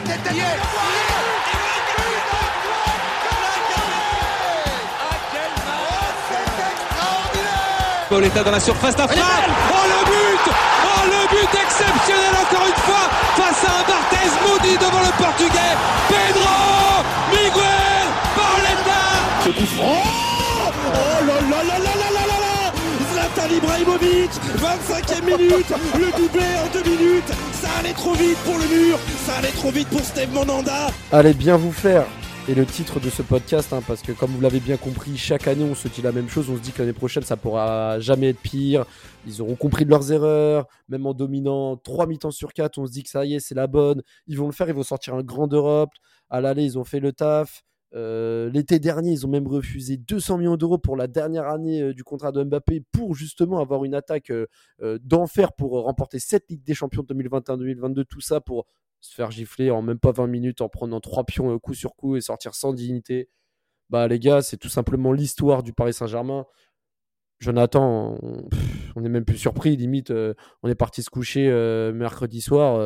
tête. Pauletta dans la surface d'affaire. Oh le but exceptionnel encore une fois face à un Barthez maudit devant le Portugais. Pedro Miguel Pauletta. Ce coup franc. Oh là là là là là là là là. Zlatan Ibrahimovic, 25e minute, le doublé en 2 minutes. Ça allait trop vite pour le mur, ça allait trop vite pour Steve Mandanda. Allez bien vous faire. Et le titre de ce podcast, parce que comme vous l'avez bien compris, chaque année on se dit la même chose, on se dit que l'année prochaine ça pourra jamais être pire, ils auront compris de leurs erreurs, même en dominant 3 mi-temps sur 4, on se dit que ça y est, c'est la bonne, ils vont le faire, ils vont sortir un grand d'Europe, à l'aller ils ont fait le taf, l'été dernier ils ont même refusé 200 millions d'euros pour la dernière année du contrat de Mbappé pour justement avoir une attaque d'enfer pour remporter 7 Ligues des Champions 2021-2022, tout ça pour se faire gifler en même pas 20 minutes en prenant 3 pions coup sur coup et sortir sans dignité. Bah les gars, c'est tout simplement l'histoire du Paris Saint-Germain. Jonathan, on est même plus surpris, limite on est parti se coucher mercredi soir,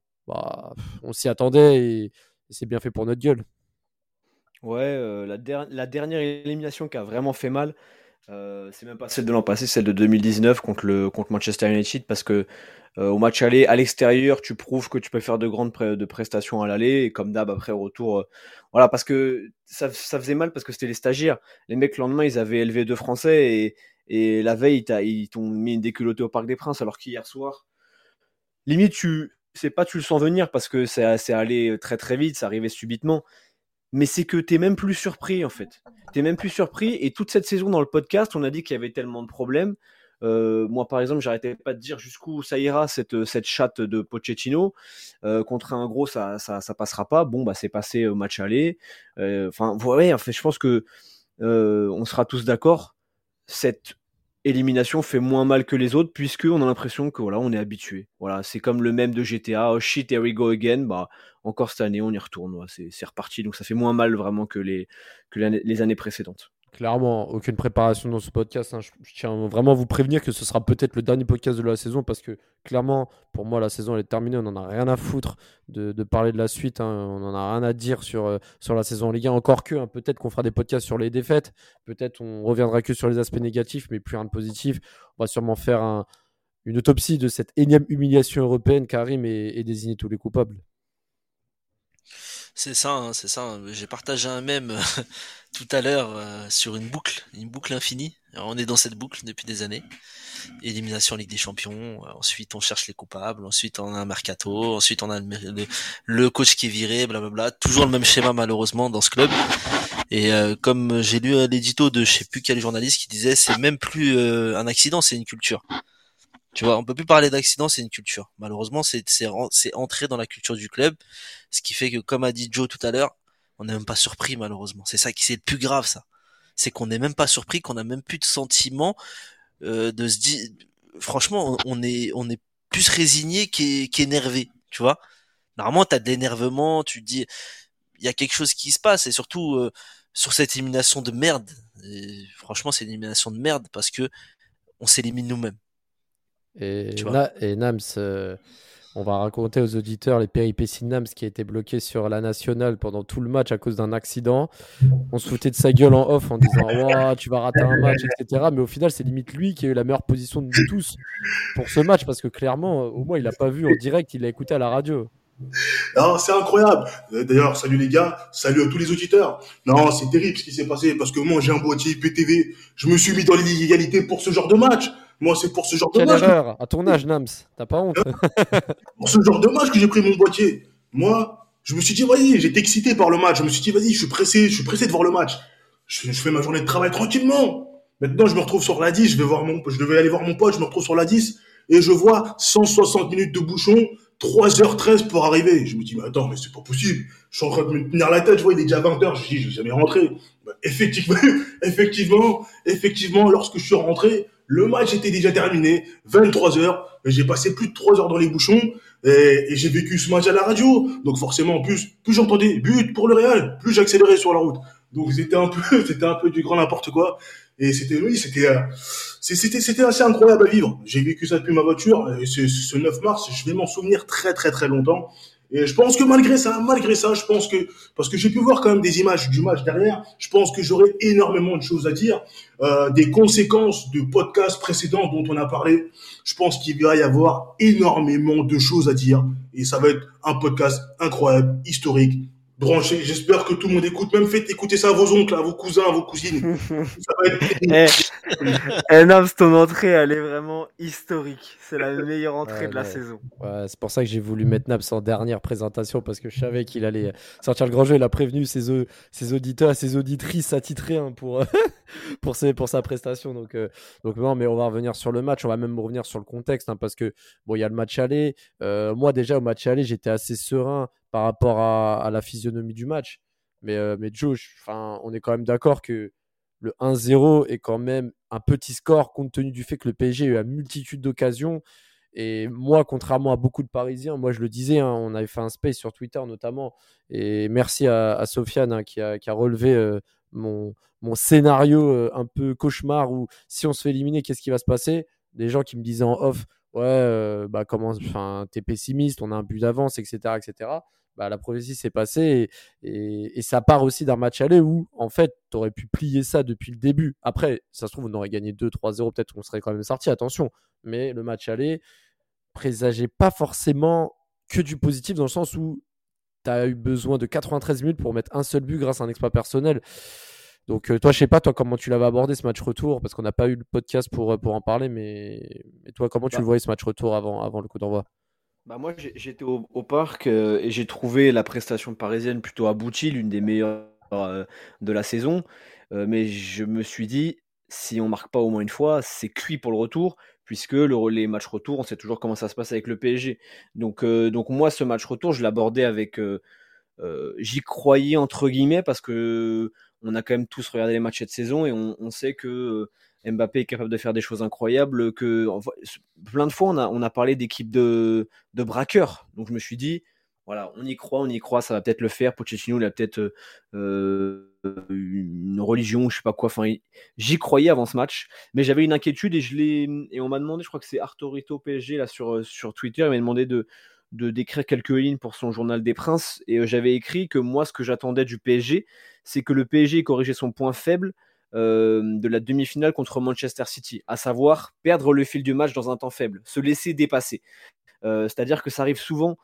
on s'y attendait et c'est bien fait pour notre gueule. Ouais, la dernière élimination qui a vraiment fait mal, c'est même pas celle de l'an passé, celle de 2019 contre Manchester United, parce que au match aller, à l'extérieur, tu prouves que tu peux faire de grandes prestations à l'aller, et comme d'hab, après, au retour, voilà, parce que ça faisait mal, parce que c'était les stagiaires. Les mecs, le lendemain, ils avaient élevé 2 Français, et la veille, ils t'ont mis une déculottée au Parc des Princes, alors qu'hier soir, limite, tu le sens venir, parce que c'est allé très très vite, ça arrivait subitement, mais c'est que t'es même plus surpris, en fait. T'es même plus surpris, et toute cette saison dans le podcast, on a dit qu'il y avait tellement de problèmes. Moi, par exemple, j'arrêtais pas de dire jusqu'où ça ira cette chatte de Pochettino. Contre un gros, ça passera pas. Bon, bah c'est passé au match aller. Enfin, ouais, en fait, je pense que on sera tous d'accord. Cette élimination fait moins mal que les autres, puisque on a l'impression que voilà, on est habitué. Voilà, c'est comme le mème de GTA. Oh shit, here we go again. Bah encore cette année, on y retourne. Ouais, c'est reparti. Donc ça fait moins mal vraiment que les années précédentes. Clairement, aucune préparation dans ce podcast. Je tiens vraiment à vous prévenir que ce sera peut-être le dernier podcast de la saison parce que clairement, pour moi, la saison elle est terminée. On n'en a rien à foutre de parler de la suite. On n'en a rien à dire sur la saison en Ligue 1. Encore que, peut-être qu'on fera des podcasts sur les défaites. Peut-être on reviendra que sur les aspects négatifs, mais plus rien de positif. On va sûrement faire une autopsie de cette énième humiliation européenne. Karim et désigner tous les coupables. C'est ça. J'ai partagé un mème tout à l'heure sur une boucle infinie. Alors, on est dans cette boucle depuis des années. Élimination en Ligue des Champions. Ensuite, on cherche les coupables. Ensuite, on a un mercato. Ensuite, on a le coach qui est viré, blablabla. Toujours le même schéma malheureusement dans ce club. Et comme j'ai lu l'édito de je sais plus quel journaliste qui disait, c'est même plus un accident, c'est une culture. Tu vois, on peut plus parler d'accident, c'est une culture. Malheureusement, c'est entré dans la culture du club, ce qui fait que, comme a dit Joe tout à l'heure, on n'est même pas surpris, malheureusement. C'est ça qui c'est le plus grave, ça. C'est qu'on n'est même pas surpris, qu'on n'a même plus de sentiment de se dire. Franchement, on est plus résigné qu'énervé, tu vois. Normalement, t'as de l'énervement, tu te dis, il y a quelque chose qui se passe, et surtout sur cette élimination de merde. Et franchement, c'est une élimination de merde parce que on s'élimine nous-mêmes. Et Nams, on va raconter aux auditeurs les péripéties de Nams qui a été bloqué sur la nationale pendant tout le match à cause d'un accident. On se foutait de sa gueule en off en disant wow, tu vas rater un match, etc. Mais au final, c'est limite lui qui a eu la meilleure position de nous tous pour ce match parce que clairement, au moins, il l'a pas vu en direct, il l'a écouté à la radio. Non, c'est incroyable. D'ailleurs, salut les gars, salut à tous les auditeurs. Non, c'est terrible ce qui s'est passé parce que moi, j'ai un boîtier IPTV. Je me suis mis dans l'illégalité pour ce genre de match. Moi, c'est pour ce genre de match. Quelle erreur, à ton âge, Nams, t'as pas honte. Pour ce genre de match que j'ai pris mon boîtier. Moi, je me suis dit, vas-y, j'étais excité par le match. Je me suis dit, vas-y, je suis pressé de voir le match. Je fais ma journée de travail tranquillement. Maintenant, je me retrouve sur la 10, je devais aller voir mon pote, je me retrouve sur la 10 et je vois 160 minutes de bouchon, 3h13 pour arriver. Je me dis, mais attends, mais c'est pas possible. Je suis en train de me tenir la tête, je vois, il est déjà 20h. Je dis, je vais jamais rentrer. Bah, effectivement, lorsque je suis rentré, le match était déjà terminé, 23h. J'ai passé plus de 3 heures dans les bouchons et j'ai vécu ce match à la radio. Donc forcément, plus j'entendais but pour le Real, plus j'accélérais sur la route. Donc c'était un peu du grand n'importe quoi. Et c'était assez incroyable à vivre. J'ai vécu ça depuis ma voiture. Et ce 9 mars, je vais m'en souvenir très très très longtemps. Et je pense que malgré ça, je pense que, parce que j'ai pu voir quand même des images du match derrière, je pense que j'aurais énormément de choses à dire, des conséquences de podcasts précédents dont on a parlé. Je pense qu'il va y avoir énormément de choses à dire et ça va être un podcast incroyable, historique, branché. J'espère que tout le monde écoute, même faites écouter ça à vos oncles, à vos cousins, à vos cousines. Ça va être Nams, ton entrée, elle est vraiment historique. C'est la meilleure entrée Ouais, de la ouais. saison. Ouais, c'est pour ça que j'ai voulu mettre Naps en dernière présentation parce que je savais qu'il allait sortir le grand jeu. Il a prévenu ses auditeurs, ses auditrices attitrées hein, pour sa prestation. Donc non, mais on va revenir sur le match. On va même revenir sur le contexte hein, parce que bon, il y a le match aller. Moi déjà au match aller, j'étais assez serein par rapport à la physionomie du match. Mais Joe, on est quand même d'accord que le 1-0 est quand même un petit score compte tenu du fait que le PSG a eu une multitude d'occasions. Et moi, contrairement à beaucoup de Parisiens, moi je le disais, hein, on avait fait un space sur Twitter notamment, et merci à Sofiane hein, qui a relevé mon scénario un peu cauchemar où si on se fait éliminer, qu'est-ce qui va se passer? Des gens qui me disaient en off, ouais, t'es pessimiste, on a un but d'avance, etc., etc. Bah, la prophétie s'est passée et ça part aussi d'un match aller où en fait tu aurais pu plier ça depuis le début. Après, ça se trouve, on aurait gagné 2-3-0, peut-être qu'on serait quand même sorti, attention. Mais le match aller, présageait pas forcément que du positif dans le sens où tu as eu besoin de 93 minutes pour mettre un seul but grâce à un exploit personnel. Donc toi, je sais pas toi comment tu l'avais abordé ce match retour parce qu'on n'a pas eu le podcast pour en parler, mais toi comment tu Bah, le voyais ce match retour avant le coup d'envoi? moi, j'étais au parc et j'ai trouvé la prestation parisienne plutôt aboutie, l'une des meilleures de la saison. Mais je me suis dit, si on marque pas au moins une fois, c'est cuit pour le retour, puisque les matchs retour, on sait toujours comment ça se passe avec le PSG. Donc moi, ce match retour, je l'abordais avec j'y croyais entre guillemets parce que on a quand même tous regardé les matchs cette saison et on sait que Mbappé est capable de faire des choses incroyables. Plein de fois on a parlé d'équipe de braqueurs. Donc je me suis dit voilà, on y croit, ça va peut-être le faire. Pochettino, il a peut-être une religion, je sais pas quoi. Enfin, j'y croyais avant ce match, mais j'avais une inquiétude et on m'a demandé, je crois que c'est Artorito PSG là sur Twitter, il m'a demandé de d'écrire quelques lignes pour son journal des Princes et j'avais écrit que moi ce que j'attendais du PSG c'est que le PSG corrigeait son point faible de la demi-finale contre Manchester City, à savoir perdre le fil du match dans un temps faible, se laisser dépasser. C'est-à-dire que ça arrive souvent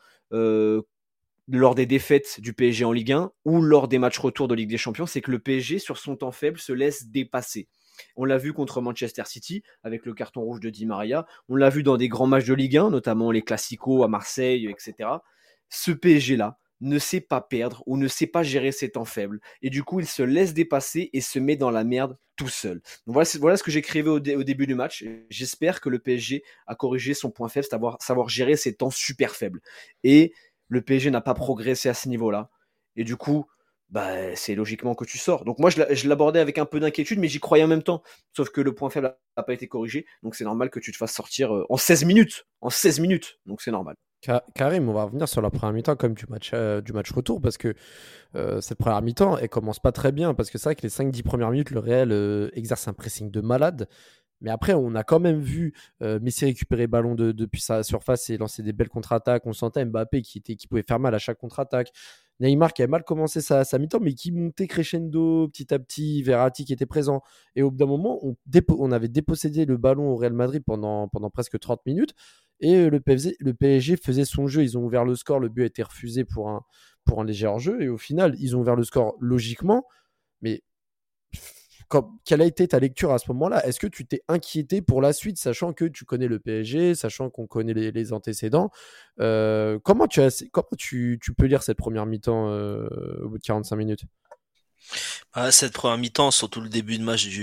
lors des défaites du PSG en Ligue 1 ou lors des matchs retour de Ligue des Champions, c'est que le PSG sur son temps faible se laisse dépasser. On l'a vu contre Manchester City avec le carton rouge de Di Maria. On l'a vu dans des grands matchs de Ligue 1, notamment les Classicos à Marseille, etc. Ce PSG-là ne sait pas perdre ou ne sait pas gérer ses temps faibles. Et du coup, il se laisse dépasser et se met dans la merde tout seul. Donc voilà ce que j'écrivais au début du match. J'espère que le PSG a corrigé son point faible, savoir gérer ses temps super faibles. Et le PSG n'a pas progressé à ce niveau-là. Et du coup, c'est logiquement que tu sors. Donc moi, je l'abordais avec un peu d'inquiétude, mais j'y croyais en même temps. Sauf que le point faible n'a pas été corrigé, donc c'est normal que tu te fasses sortir en 16 minutes. En 16 minutes, donc c'est normal. Karim, on va revenir sur la première mi-temps comme du match retour parce que cette première mi-temps, elle commence pas très bien parce que c'est vrai que les 5-10 premières minutes, le Real exerce un pressing de malade. Mais après, on a quand même vu Messi récupérer le ballon depuis sa surface et lancer des belles contre-attaques. On sentait Mbappé qui pouvait faire mal à chaque contre-attaque. Neymar qui avait mal commencé sa mi-temps, mais qui montait crescendo petit à petit. Verratti qui était présent. Et au bout d'un moment, on avait dépossédé le ballon au Real Madrid pendant presque 30 minutes. Et le PSG faisait son jeu. Ils ont ouvert le score. Le but a été refusé pour un léger hors-jeu. Et au final, ils ont ouvert le score logiquement. Mais quelle a été ta lecture à ce moment-là? Est-ce que tu t'es inquiété pour la suite, sachant que tu connais le PSG, sachant qu'on connaît les antécédents? Comment tu peux lire cette première mi-temps au bout de 45 minutes? Cette première mi-temps, surtout le début de match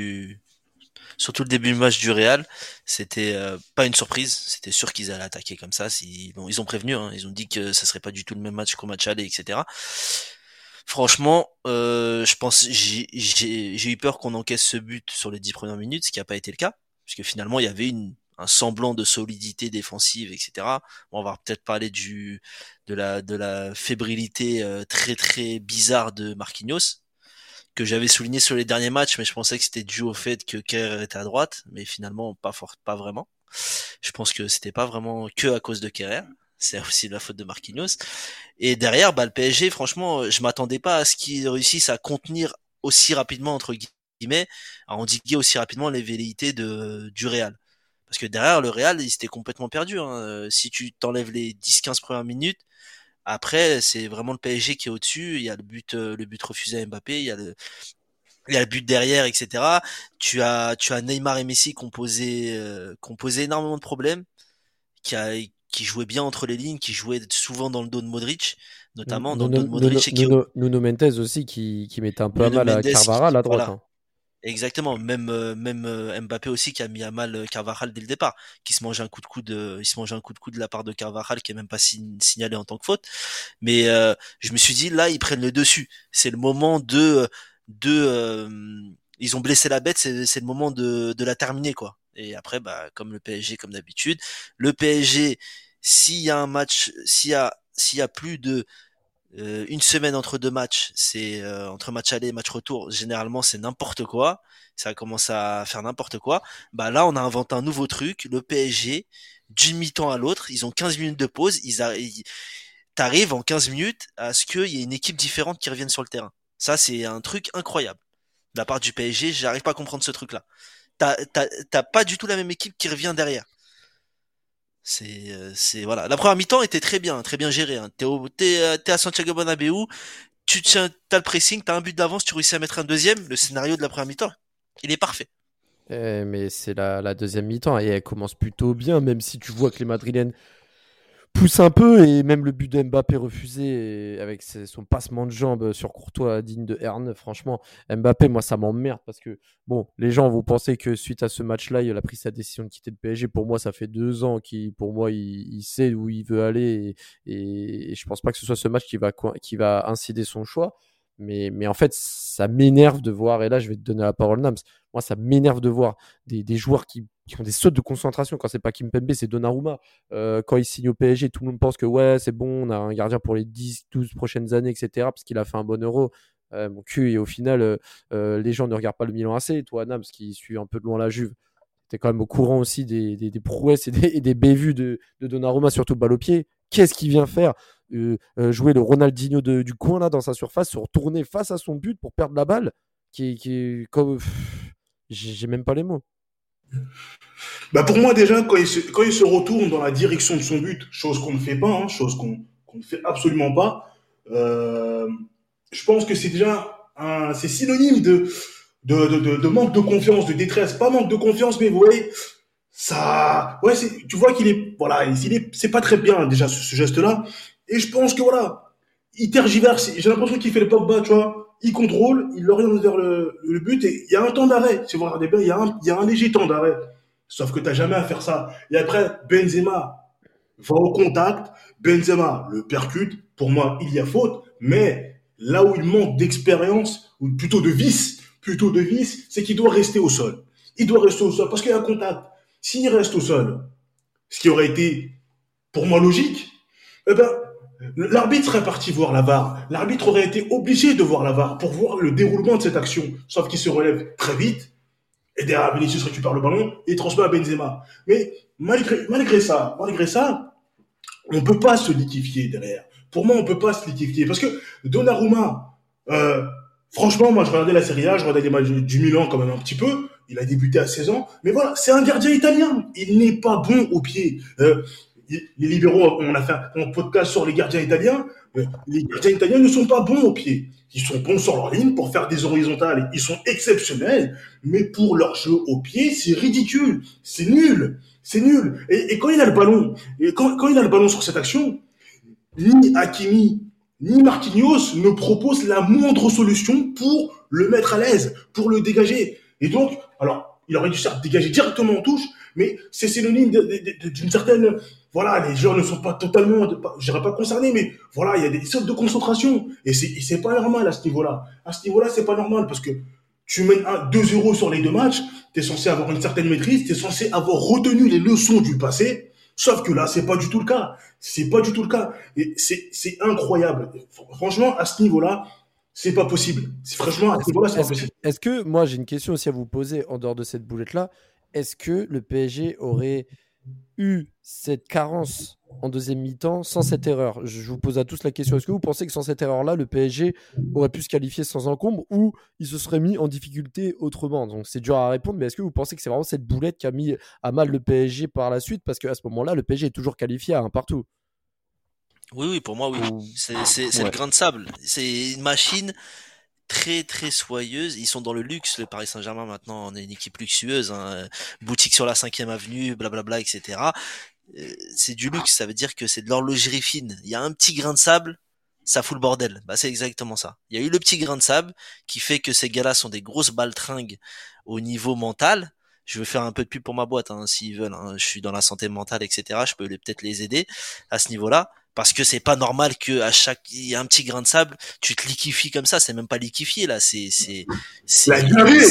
du Real, c'était pas une surprise. C'était sûr qu'ils allaient attaquer comme ça. Ils ont prévenu, hein, ils ont dit que ça serait pas du tout le même match qu'au match aller, etc. Franchement, je pense j'ai eu peur qu'on encaisse ce but sur les 10 premières minutes, ce qui n'a pas été le cas, puisque finalement il y avait un semblant de solidité défensive, etc. Bon, on va peut-être parler de la fébrilité très très bizarre de Marquinhos, que j'avais souligné sur les derniers matchs, mais je pensais que c'était dû au fait que Kerrer était à droite, mais finalement pas vraiment. Je pense que c'était pas vraiment que à cause de Kerrer. C'est aussi la faute de Marquinhos. Et derrière, le PSG, franchement, je m'attendais pas à ce qu'ils réussissent à contenir aussi rapidement, entre guillemets, à endiguer aussi rapidement les velléités du Real. Parce que derrière, le Real, il s'était complètement perdu. Si tu t'enlèves les 10-15 premières minutes, après, c'est vraiment le PSG qui est au-dessus. Il y a le but refusé à Mbappé, il y a le but derrière, etc. Tu as Neymar et Messi qui ont posé énormément de problèmes, qui jouaient bien entre les lignes, qui jouaient souvent dans le dos de Modric, notamment dans le dos de Modric. Nuno Mendes aussi qui mettait un peu à Nuno mal à Mendes, Carvajal à droite. voilà. Hein. Exactement, même Mbappé aussi qui a mis à mal Carvajal dès le départ, qui se mangeait un coup de coude, il se mangeait un coup de coude de la part de Carvajal qui est même pas signalé en tant que faute. Mais je me suis dit là ils prennent le dessus. C'est le moment ils ont blessé la bête, c'est le moment de la terminer quoi. Et après comme le PSG comme d'habitude, le PSG s'il y a un match, s'il y a plus de une semaine entre deux matchs, c'est entre match aller et match retour, généralement c'est n'importe quoi, ça commence à faire n'importe quoi. Là on a inventé un nouveau truc, le PSG d'une mi-temps à l'autre, ils ont 15 minutes de pause, t'arrives en 15 minutes à ce qu'il y ait une équipe différente qui revienne sur le terrain. Ça c'est un truc incroyable. De la part du PSG, j'arrive pas à comprendre ce truc là. T'as pas du tout la même équipe qui revient derrière. C'est voilà. La première mi-temps était très bien gérée. Hein. T'es à Santiago Bernabéu, t'as le pressing, t'as un but d'avance, tu réussis à mettre un deuxième. Le scénario de la première mi-temps, il est parfait. Mais c'est la deuxième mi-temps et elle commence plutôt bien, même si tu vois que les Madrilènes poussent un peu et même le but de Mbappé refusé avec son passement de jambes sur Courtois digne de R9. Franchement, Mbappé, moi, ça m'emmerde parce que, bon, les gens vont penser que suite à ce match-là, il a pris sa décision de quitter le PSG. Pour moi, ça fait 2 ans il sait où il veut aller et je pense pas que ce soit ce match qui va inciter son choix. Mais en fait, ça m'énerve de voir, et là, je vais te donner la parole, Nams. Moi, ça m'énerve de voir des joueurs qui ont des sautes de concentration. Quand c'est pas Kimpembe, c'est Donnarumma. Quand il signe au PSG, tout le monde pense que ouais, c'est bon, on a un gardien pour les 10-12 prochaines années, etc. Parce qu'il a fait un bon Euro. Mon cul, et au final, les gens ne regardent pas le Milan AC. Toi, Nams, qui suit un peu de loin la Juve, t'es quand même au courant aussi des prouesses et des bévues de Donnarumma, surtout balle au pied. Qu'est-ce qu'il vient faire jouer le Ronaldinho du coin là dans sa surface, se retourner face à son but pour perdre la balle, qui comme j'ai même pas les mots. Pour moi, déjà, quand il se retourne dans la direction de son but, chose qu'on ne fait pas, hein, chose qu'on ne fait absolument pas, je pense que c'est déjà c'est synonyme de manque de confiance, de détresse. Pas manque de confiance, mais vous voyez, ça, ouais, tu vois qu'il est, voilà, c'est pas très bien, déjà, ce geste-là. Et je pense que voilà, il tergiverse. J'ai l'impression qu'il fait le Pogba, tu vois. Il contrôle, il l'oriente vers le but et il y a un temps d'arrêt. Si vous regardez bien, il y a un léger temps d'arrêt. Sauf que t'as jamais à faire ça. Et après, Benzema va au contact. Benzema le percute. Pour moi, il y a faute. Mais là où il manque d'expérience, ou plutôt de vice, c'est qu'il doit rester au sol. Il doit rester au sol parce qu'il y a un contact. S'il reste au sol, ce qui aurait été, pour moi, logique, eh ben, l'arbitre serait parti voir la VAR. L'arbitre aurait été obligé de voir la VAR pour voir le déroulement de cette action. Sauf qu'il se relève très vite. Et derrière, Vinicius récupère le ballon et il transmet à Benzema. Mais malgré ça, on peut pas se liquéfier derrière. Pour moi, on peut pas se liquéfier. Parce que Donnarumma, franchement, moi, je regardais la Serie A, je regardais les matchs du Milan quand même un petit peu. Il a débuté à 16 ans. Mais voilà, c'est un gardien italien. Il n'est pas bon au pied. Les libéraux, on a fait un podcast sur les gardiens italiens. Les gardiens italiens ne sont pas bons au pied. Ils sont bons sur leur ligne pour faire des horizontales. Ils sont exceptionnels. Mais pour leur jeu au pied, c'est ridicule. C'est nul. C'est nul. Et quand il a le ballon, sur cette action, ni Hakimi, ni Marquinhos ne proposent la moindre solution pour le mettre à l'aise, pour le dégager. Et donc, alors, il aurait dû certes dégager directement en touche, mais c'est synonyme d'une certaine, voilà, les joueurs ne sont pas totalement, je dirais pas concernés, mais voilà, il y a des sautes de concentration. Et c'est pas normal à ce niveau-là. À ce niveau-là, c'est pas normal parce que tu mènes 2-0 sur les 2 matchs, t'es censé avoir une certaine maîtrise, t'es censé avoir retenu les leçons du passé. Sauf que là, c'est pas du tout le cas. C'est pas du tout le cas. Et c'est incroyable. Franchement, à ce niveau-là, c'est pas possible. Franchement, à ce niveau-là, c'est pas possible. Est-ce que, moi, j'ai une question aussi à vous poser en dehors de cette boulette-là. Est-ce que le PSG aurait eu cette carence en deuxième mi-temps sans cette erreur? Je vous pose à tous la question. Est-ce que vous pensez que sans cette erreur-là, le PSG aurait pu se qualifier sans encombre ou il se serait mis en difficulté autrement? Donc c'est dur à répondre, mais est-ce que vous pensez que c'est vraiment cette boulette qui a mis à mal le PSG par la suite? Parce qu'à ce moment-là, le PSG est toujours qualifié à un partout. Oui, pour moi, oui. C'est le grain de sable. C'est une machine très très soyeuse. Ils sont dans le luxe, le Paris Saint-Germain maintenant. On est une équipe luxueuse, hein. Boutique sur la 5e avenue, blablabla, etc. C'est du luxe, ça veut dire que c'est de l'horlogerie fine. Il y a un petit grain de sable, ça fout le bordel. Bah, c'est exactement ça. Il y a eu le petit grain de sable qui fait que ces gars-là sont des grosses baltringues au niveau mental. Je veux faire un peu de pub pour ma boîte, hein, s'ils veulent, hein. Je suis dans la santé mentale, etc. Je peux peut-être les aider à ce niveau-là. Parce que c'est pas normal que il y a un petit grain de sable, tu te liquéfies comme ça. C'est même pas liquéfié, là. C'est La diarrhée.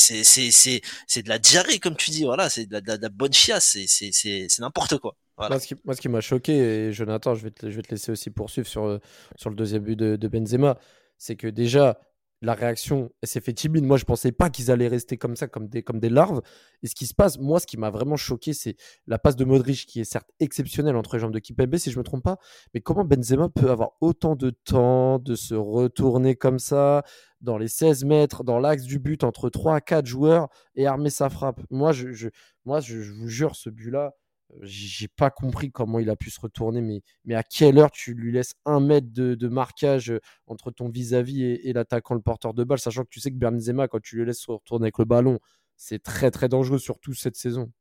c'est de la diarrhée, comme tu dis. Voilà, c'est de la bonne chiasse. C'est n'importe quoi. Voilà. Moi, ce qui m'a choqué, et Jonathan, je vais te laisser aussi poursuivre sur le deuxième but de Benzema, c'est que déjà, la réaction, elle s'est fait timide. Moi, je pensais pas qu'ils allaient rester comme ça, comme des larves. Et ce qui se passe, moi, ce qui m'a vraiment choqué, c'est la passe de Modric, qui est certes exceptionnelle entre les jambes de Kimpembe, si je me trompe pas. Mais comment Benzema peut avoir autant de temps de se retourner comme ça, dans les 16 mètres, dans l'axe du but, entre 3 à 4 joueurs, et armer sa frappe? Moi, je vous jure, ce but-là, j'ai pas compris comment il a pu se retourner, mais à quelle heure tu lui laisses 1 mètre de marquage entre ton vis-à-vis et l'attaquant, le porteur de balle, sachant que tu sais que Benzema, quand tu le laisses se retourner avec le ballon, c'est très très dangereux, surtout cette saison.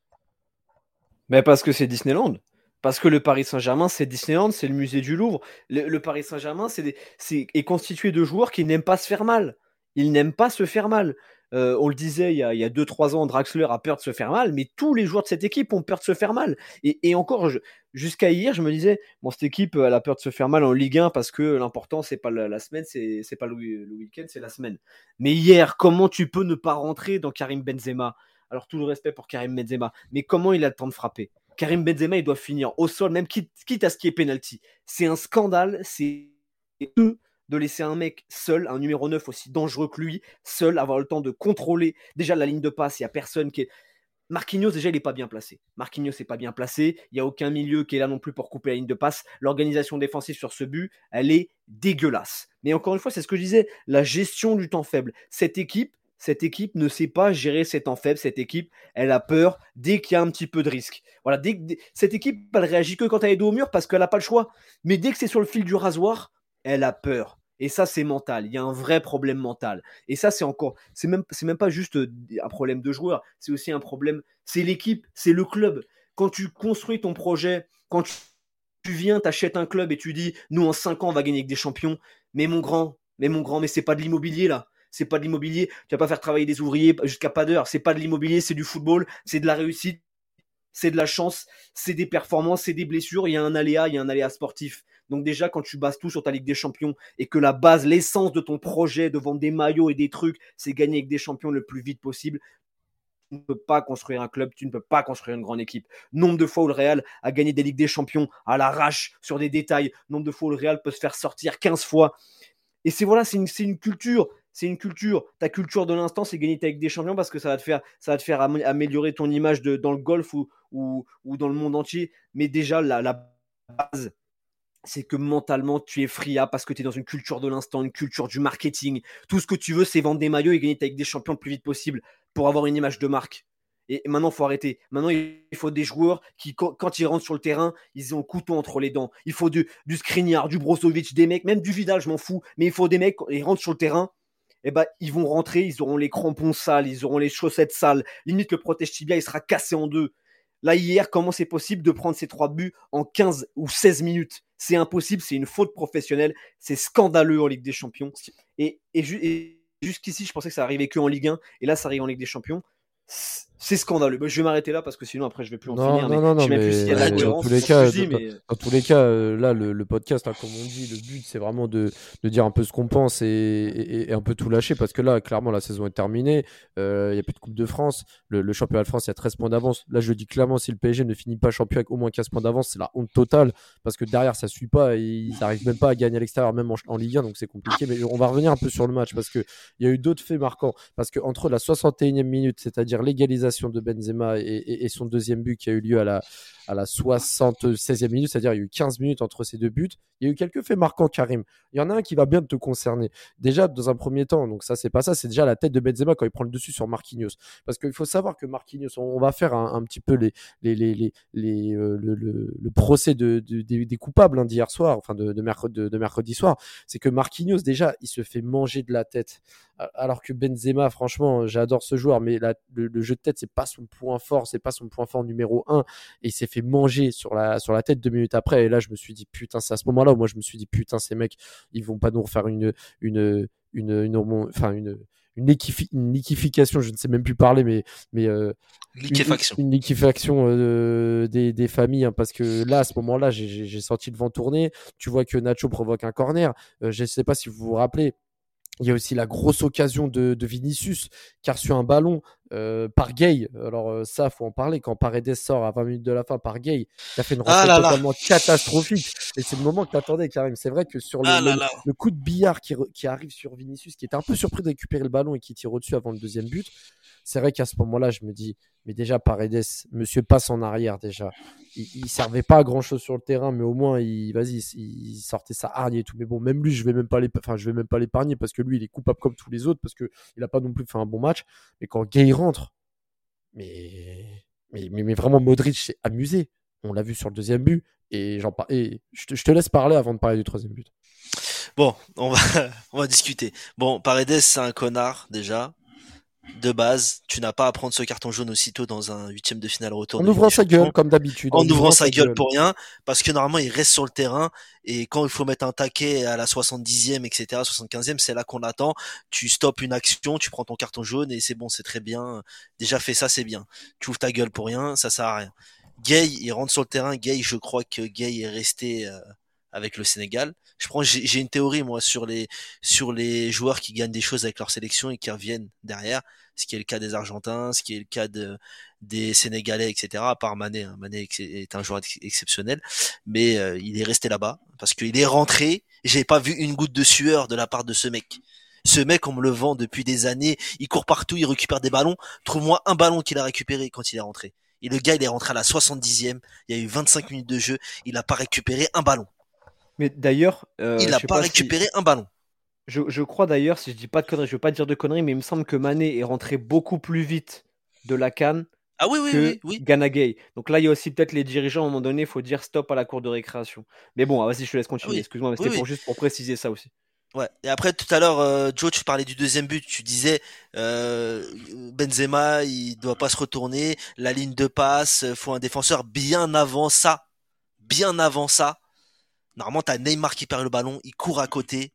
Mais parce que c'est Disneyland. Parce que le Paris Saint-Germain, c'est Disneyland, c'est le musée du Louvre. Le Paris Saint-Germain est constitué de joueurs qui n'aiment pas se faire mal. Ils n'aiment pas se faire mal. On le disait il y a 2-3 ans, Draxler a peur de se faire mal, mais tous les joueurs de cette équipe ont peur de se faire mal. Et encore, jusqu'à hier, je me disais, bon, cette équipe, elle a peur de se faire mal en Ligue 1 parce que l'important, c'est pas la semaine, c'est pas le week-end, c'est la semaine. Mais hier, comment tu peux ne pas rentrer dans Karim Benzema? Alors, tout le respect pour Karim Benzema, mais comment il a le temps de frapper? Karim Benzema, il doit finir au sol, même quitte à ce qu'il y ait penalty. C'est un scandale, c'est eux de laisser un mec seul, un numéro 9 aussi dangereux que lui, seul, avoir le temps de contrôler déjà la ligne de passe. Il n'y a personne qui est. Marquinhos, déjà, il n'est pas bien placé. Marquinhos n'est pas bien placé. Il n'y a aucun milieu qui est là non plus pour couper la ligne de passe. L'organisation défensive sur ce but, elle est dégueulasse. Mais encore une fois, c'est ce que je disais, la gestion du temps faible. Cette équipe ne sait pas gérer ses temps faibles. Cette équipe, elle a peur dès qu'il y a un petit peu de risque. Voilà, cette équipe, elle réagit que quand elle est dos au mur parce qu'elle n'a pas le choix. Mais dès que c'est sur le fil du rasoir, elle a peur. Et ça, c'est mental. Il y a un vrai problème mental. Et ça, c'est même pas juste un problème de joueur. C'est aussi un problème. C'est l'équipe, c'est le club. Quand tu construis ton projet, quand tu viens, t'achètes un club et tu dis, nous, en 5 ans, on va gagner avec des champions. Mais c'est pas de l'immobilier, là. C'est pas de l'immobilier. Tu vas pas faire travailler des ouvriers jusqu'à pas d'heure. C'est pas de l'immobilier, c'est du football. C'est de la réussite. C'est de la chance. C'est des performances, c'est des blessures. Il y a un aléa sportif. Donc déjà, quand tu bases tout sur ta Ligue des Champions et que la base, l'essence de ton projet de vendre des maillots et des trucs, c'est gagner avec des champions le plus vite possible, tu ne peux pas construire un club, tu ne peux pas construire une grande équipe. Nombre de fois où le Real a gagné des Ligues des Champions à l'arrache sur des détails, nombre de fois où le Real peut se faire sortir 15 fois. Et c'est une culture. C'est une culture. Ta culture de l'instant, c'est gagner avec des champions parce que ça va te faire améliorer ton image dans le golf ou dans le monde entier. Mais déjà, la base, c'est que mentalement, tu es friable parce que tu es dans une culture de l'instant, une culture du marketing. Tout ce que tu veux, c'est vendre des maillots et gagner avec des champions le plus vite possible pour avoir une image de marque. Et maintenant, il faut arrêter. Maintenant, il faut des joueurs qui, quand ils rentrent sur le terrain, ils ont le couteau entre les dents. Il faut du Skriniar, du Brozovic, des mecs, même du Vidal, je m'en fous. Mais il faut des mecs, quand ils rentrent sur le terrain, ils vont rentrer, ils auront les crampons sales, ils auront les chaussettes sales. Limite, le protège-tibia, il sera cassé en deux. Là, hier, comment c'est possible de prendre ces 3 buts en 15 ou 16 minutes? C'est impossible, c'est une faute professionnelle, c'est scandaleux en Ligue des Champions. Et jusqu'ici, je pensais que ça arrivait que en Ligue 1, et là, ça arrive en Ligue des Champions. C'est scandaleux. Je vais m'arrêter là parce que sinon après je vais plus en finir. Non, je sais même plus s'il y a la dans tous les cas, là le podcast, hein, comme on dit, le but c'est vraiment de dire un peu ce qu'on pense et un peu tout lâcher parce que là clairement la saison est terminée. Il n'y a plus de Coupe de France. Le championnat de France, il y a 13 points d'avance. Là je le dis clairement, si le PSG ne finit pas champion avec au moins 15 points d'avance, c'est la honte totale parce que derrière ça suit pas et ils n'arrivent même pas à gagner à l'extérieur, même en Ligue 1, donc c'est compliqué. Mais on va revenir un peu sur le match parce qu'il y a eu d'autres faits marquants. Parce qu'entre la 61e minute, c'est-à-dire c'est-à-dire l'égalisation de Benzema et son deuxième but qui a eu lieu à la 76e minute, c'est-à-dire il y a eu 15 minutes entre ces deux buts. Il y a eu quelques faits marquants, Karim. Il y en a un qui va bien te concerner. Déjà, dans un premier temps, donc ça, c'est pas ça, c'est déjà la tête de Benzema quand il prend le dessus sur Marquinhos. Parce qu'il faut savoir que Marquinhos, on va faire un petit peu le procès des coupables d'hier soir, enfin de mercredi soir. C'est que Marquinhos, déjà, il se fait manger de la tête. Alors que Benzema, franchement, j'adore ce joueur, mais le jeu de tête, c'est pas son point fort, c'est pas son point fort numéro 1. Et il s'est fait manger sur la tête 2 minutes après. Et là, je me suis dit, putain, c'est à ce moment-là où moi, je me suis dit, putain, ces mecs, ils vont pas nous refaire une liquification, je ne sais même plus parler, mais liquéfaction. Une liquéfaction des familles, parce que là, à ce moment-là, j'ai senti le vent tourner. Tu vois que Nacho provoque un corner. Je ne sais pas si vous vous rappelez. Il y a aussi la grosse occasion de Vinicius qui a reçu un ballon par Gay. Alors ça, faut en parler. Quand Paredes sort à 20 minutes de la fin par Gay, qui a fait une rentrée totalement catastrophique. Et c'est le moment que t'attendais, Karim. C'est vrai que sur le coup de billard qui arrive sur Vinicius, qui était un peu surpris de récupérer le ballon et qui tire au-dessus avant le deuxième but, c'est vrai qu'à ce moment-là, je me dis, mais déjà Paredes, monsieur passe en arrière déjà. Il servait pas à grand chose sur le terrain, mais au moins il sortait sa hargne et tout. Mais bon, même lui, je vais même pas l'épargner parce que lui, il est coupable comme tous les autres parce que il a pas non plus fait un bon match. Mais quand Gay rentre, mais vraiment Modric s'est amusé. On l'a vu sur le deuxième but et je te laisse parler avant de parler du troisième but. Bon, on va discuter. Bon, Paredes, c'est un connard déjà. De base, tu n'as pas à prendre ce carton jaune aussitôt dans un 8e de finale retour. En ouvrant sa gueule, comme d'habitude. En ouvrant sa gueule pour rien, parce que normalement, il reste sur le terrain, et quand il faut mettre un taquet à la 70e, etc., 75e, c'est là qu'on attend. Tu stoppes une action, tu prends ton carton jaune, et c'est bon, c'est très bien. Déjà fait ça, c'est bien. Tu ouvres ta gueule pour rien, ça sert à rien. Gay, il rentre sur le terrain. Gay, je crois que Gay est resté avec le Sénégal. J'ai une théorie, moi, sur les joueurs qui gagnent des choses avec leur sélection et qui reviennent derrière, ce qui est le cas des Argentins, ce qui est le cas des Sénégalais, etc. À part Mané, hein. Mané est un joueur exceptionnel, mais il est resté là-bas parce qu'il est rentré. J'ai pas vu une goutte de sueur de la part de ce mec. Ce mec, on me le vend depuis des années. Il court partout, il récupère des ballons. Trouve-moi un ballon qu'il a récupéré quand il est rentré. Et le gars, il est rentré à la 70e. Il y a eu 25 minutes de jeu. Il a pas récupéré un ballon. Mais d'ailleurs, il n'a pas récupéré un ballon. Je crois d'ailleurs, si je dis pas de conneries, je veux pas dire de conneries, mais il me semble que Mané est rentré beaucoup plus vite de la CAN que Gana Gueye. Donc là, il y a aussi peut-être les dirigeants, à un moment donné, il faut dire stop à la cour de récréation. Mais bon, vas-y, je te laisse continuer. Excuse-moi, mais c'était juste pour préciser ça aussi. Ouais. Et après, tout à l'heure, Joe, tu parlais du deuxième but. Tu disais Benzema, il doit pas se retourner. La ligne de passe, faut un défenseur bien avant ça. Normalement, t'as Neymar qui perd le ballon, il court à côté,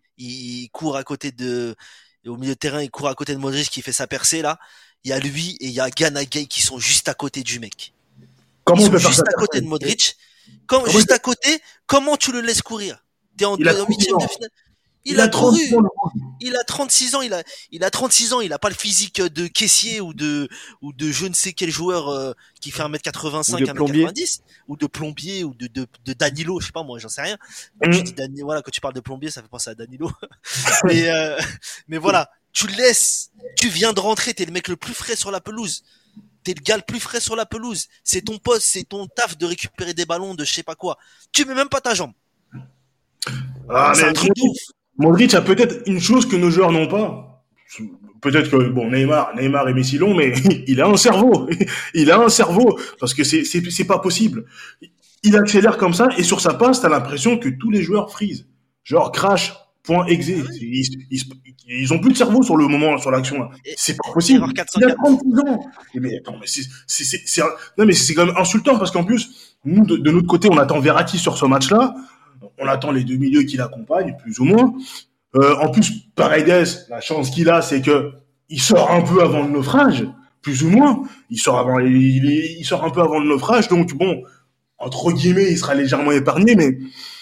au milieu de terrain, il court à côté de Modric qui fait sa percée là. Il y a lui et il y a Gana Gueye qui sont juste à côté du mec. Comment on peut faire juste ça à côté de Modric. Juste à côté, comment tu le laisses courir? T'es en 8e de finale. Il a couru. Il a 36 ans, il a 36 ans, il a pas le physique de caissier ou de je ne sais quel joueur qui fait 1m85, 1m90 ou de plombier ou de Danilo, je sais pas moi, j'en sais rien. Quand tu dis voilà, quand tu parles de plombier, ça fait penser à Danilo. mais voilà, tu le laisses, tu viens de rentrer, t'es le mec le plus frais sur la pelouse. T'es le gars le plus frais sur la pelouse. C'est ton poste, c'est ton taf de récupérer des ballons de je sais pas quoi. Tu mets même pas ta jambe. C'est un truc de ouf. Modric a peut-être une chose que nos joueurs n'ont pas. Peut-être que bon, Neymar et Messi l'ont, mais il a un cerveau. Il a un cerveau parce que c'est pas possible. Il accélère comme ça et sur sa passe, t'as l'impression que tous les joueurs freeze. Genre crash, point exé. Ils ont plus de cerveau sur le moment, sur l'action là. C'est pas possible. Il a 36 ans. Mais attends, mais c'est quand même insultant parce qu'en plus, nous de notre côté, on attend Verratti sur ce match-là. On attend les deux milieux qui l'accompagnent, plus ou moins. En plus, Paredes, la chance qu'il a, c'est que il sort un peu avant le naufrage, plus ou moins. Il sort un peu avant le naufrage, donc bon, entre guillemets, il sera légèrement épargné, mais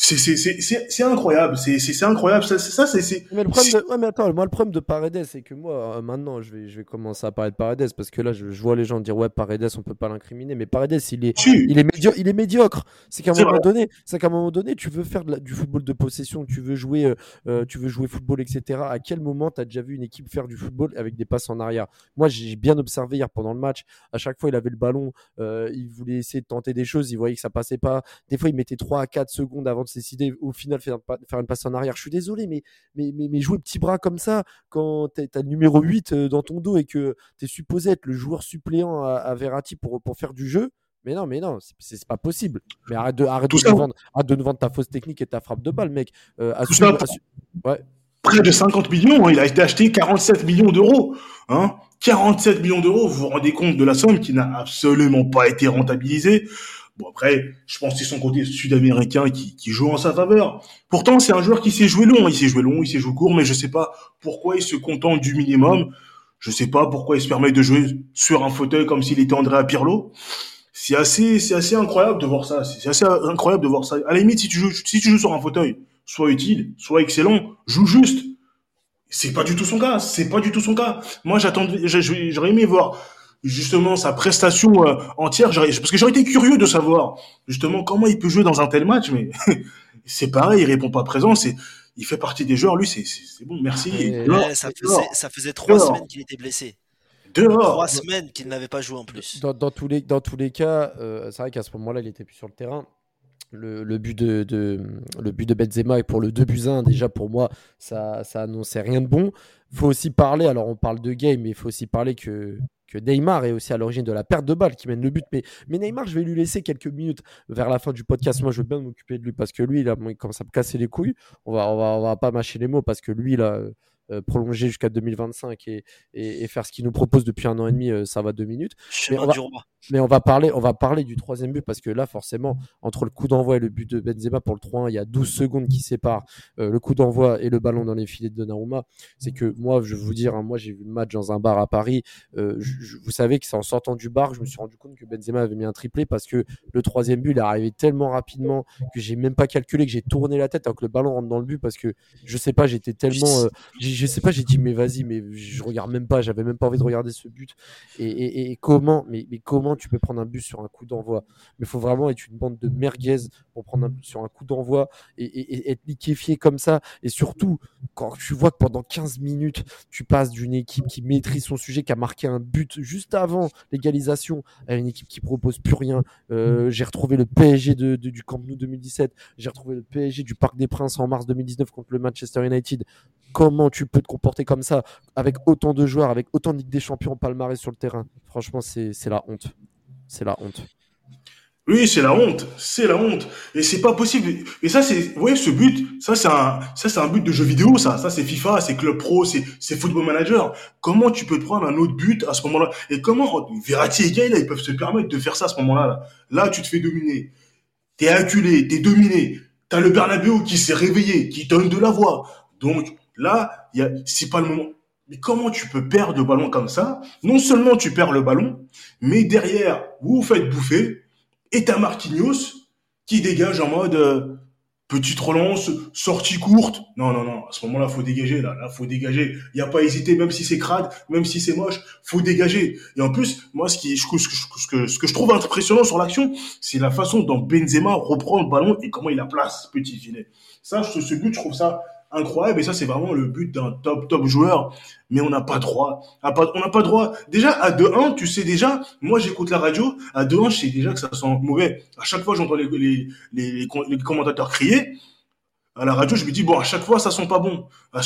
C'est incroyable. C'est incroyable. C'est. Mais le problème de Paredes, c'est que moi, maintenant, je vais commencer à parler de Paredes parce que là, je vois les gens dire ouais, Paredes, on peut pas l'incriminer, mais Paredes, il est médiocre. C'est qu'à un moment donné, tu veux faire du football de possession, tu veux jouer football, etc. À quel moment tu as déjà vu une équipe faire du football avec des passes en arrière? Moi, j'ai bien observé hier pendant le match. À chaque fois, il avait le ballon, il voulait essayer de tenter des choses, il voyait que ça passait pas. Des fois, il mettait 3 à 4 secondes avant de se décider. Au final, faire une passe en arrière. Je suis désolé, mais jouer petit bras comme ça, quand t'as le numéro 8 dans ton dos et que t'es supposé être le joueur suppléant à Verratti pour faire du jeu, mais non, c'est pas possible. Mais arrête de nous vendre ta fausse technique et ta frappe de balle, mec. Ouais. Près de 50 millions, il a été acheté 47 millions d'euros. 47 millions d'euros, vous vous rendez compte de la somme qui n'a absolument pas été rentabilisée. Bon, après, je pense que c'est son côté sud-américain qui joue en sa faveur. Pourtant, c'est un joueur qui sait jouer long. Il sait jouer court, mais je sais pas pourquoi il se contente du minimum. Je sais pas pourquoi il se permet de jouer sur un fauteuil comme s'il était Andrea Pirlo. C'est assez incroyable de voir ça. C'est assez incroyable de voir ça. À la limite, si tu joues sur un fauteuil, sois utile, sois excellent, joue juste. C'est pas du tout son cas. Moi, j'aurais aimé voir justement sa prestation entière, parce que j'aurais été curieux de savoir justement comment il peut jouer dans un tel match, mais c'est pareil, il répond pas présent, il fait partie des joueurs, lui, c'est bon, merci. Ça faisait 3 semaines qu'il était blessé. 3 semaines qu'il n'avait pas joué en plus. Dans tous les cas, c'est vrai qu'à ce moment-là, il était plus sur le terrain. Le but de Benzema et pour le 2-1, déjà pour moi, ça annonçait rien de bon. Faut aussi parler, alors on parle de game, mais il faut aussi parler que Neymar est aussi à l'origine de la perte de balle qui mène le but. Mais Neymar, je vais lui laisser quelques minutes vers la fin du podcast. Moi, je veux bien m'occuper de lui parce que lui, il commence à me casser les couilles. On va pas mâcher les mots parce que lui, là, prolonger jusqu'à 2025 et faire ce qu'il nous propose depuis 1 an et demi, ça va 2 minutes. Mais on va parler du 3e but parce que là, forcément, entre le coup d'envoi et le but de Benzema pour le 3-1, il y a 12 secondes qui séparent le coup d'envoi et le ballon dans les filets de Donnarumma. C'est que moi, je vais vous dire, moi, j'ai vu le match dans un bar à Paris. Vous savez que c'est en sortant du bar que je me suis rendu compte que Benzema avait mis un triplé parce que le 3e but, il est arrivé tellement rapidement que j'ai même pas calculé, que j'ai tourné la tête alors que le ballon rentre dans le but parce que je sais pas, j'étais tellement... j'ai dit mais vas-y, mais je regarde même pas, j'avais même pas envie de regarder ce but. Et comment tu peux prendre un but sur un coup d'envoi? Mais il faut vraiment être une bande de merguez pour prendre un but sur un coup d'envoi et être liquéfié comme ça. Et surtout, quand tu vois que pendant 15 minutes, tu passes d'une équipe qui maîtrise son sujet, qui a marqué un but juste avant l'égalisation, à une équipe qui propose plus rien. J'ai retrouvé le PSG du Camp Nou 2017, j'ai retrouvé le PSG du Parc des Princes en mars 2019 contre le Manchester United. Comment tu peux te comporter comme ça avec autant de joueurs, avec autant de Ligue des Champions en palmarès sur le terrain? Franchement, c'est la honte. C'est la honte. Oui, c'est la honte. Et c'est pas possible. Et ça, vous voyez, ce but, ça, c'est un but de jeu vidéo, ça. Ça, c'est FIFA, c'est Club Pro, c'est Football Manager. Comment tu peux te prendre un autre but à ce moment-là? Et comment, Verratti et Gay, là, ils peuvent se permettre de faire ça à ce moment-là, là. Là, tu te fais dominer. T'es acculé, t'es dominé. T'as le Bernabéu qui s'est réveillé, qui donne de la voix. Donc, là, c'est pas le moment. Mais comment tu peux perdre le ballon comme ça? Non seulement tu perds le ballon, mais derrière, vous vous faites bouffer, et t'as Marquinhos qui dégage en mode petite relance, sortie courte. Non, à ce moment-là, faut dégager, là, faut dégager. Il y a pas à hésiter, même si c'est crade, même si c'est moche, faut dégager. Et en plus, moi, ce que je trouve impressionnant sur l'action, c'est la façon dont Benzema reprend le ballon et comment il la place, petit filet. Ça, ce but, je trouve ça incroyable, et ça, c'est vraiment le but d'un top joueur, mais on n'a pas droit. On n'a pas droit. Déjà, à 2-1, tu sais déjà, moi, j'écoute la radio, à 2-1, je sais déjà que ça sent mauvais. À chaque fois, j'entends les commentateurs crier. À la radio, je me dis, bon, à chaque fois, ça sent pas bon.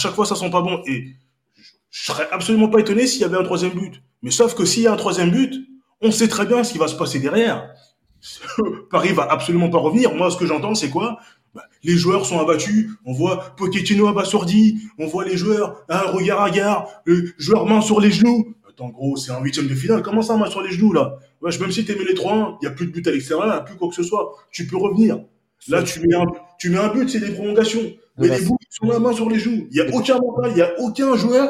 Et je serais absolument pas étonné s'il y avait un 3e but. Mais sauf que s'il y a un 3e but, on sait très bien ce qui va se passer derrière. Paris va absolument pas revenir. Moi, ce que j'entends, c'est quoi? Les joueurs sont abattus, on voit Pochettino abasourdi, on voit les joueurs, regard à regard, le joueur main sur les genoux. Attends, gros, c'est un 8e de finale, comment ça, main sur les genoux, là? Wesh, même si t'es mis les 3-1, il n'y a plus de but à l'extérieur, il n'y a plus quoi que ce soit, tu peux revenir. Là, tu mets un but, c'est des prolongations. Mais les bouts sont la main sur les genoux. Il n'y a aucun mental, il n'y a aucun joueur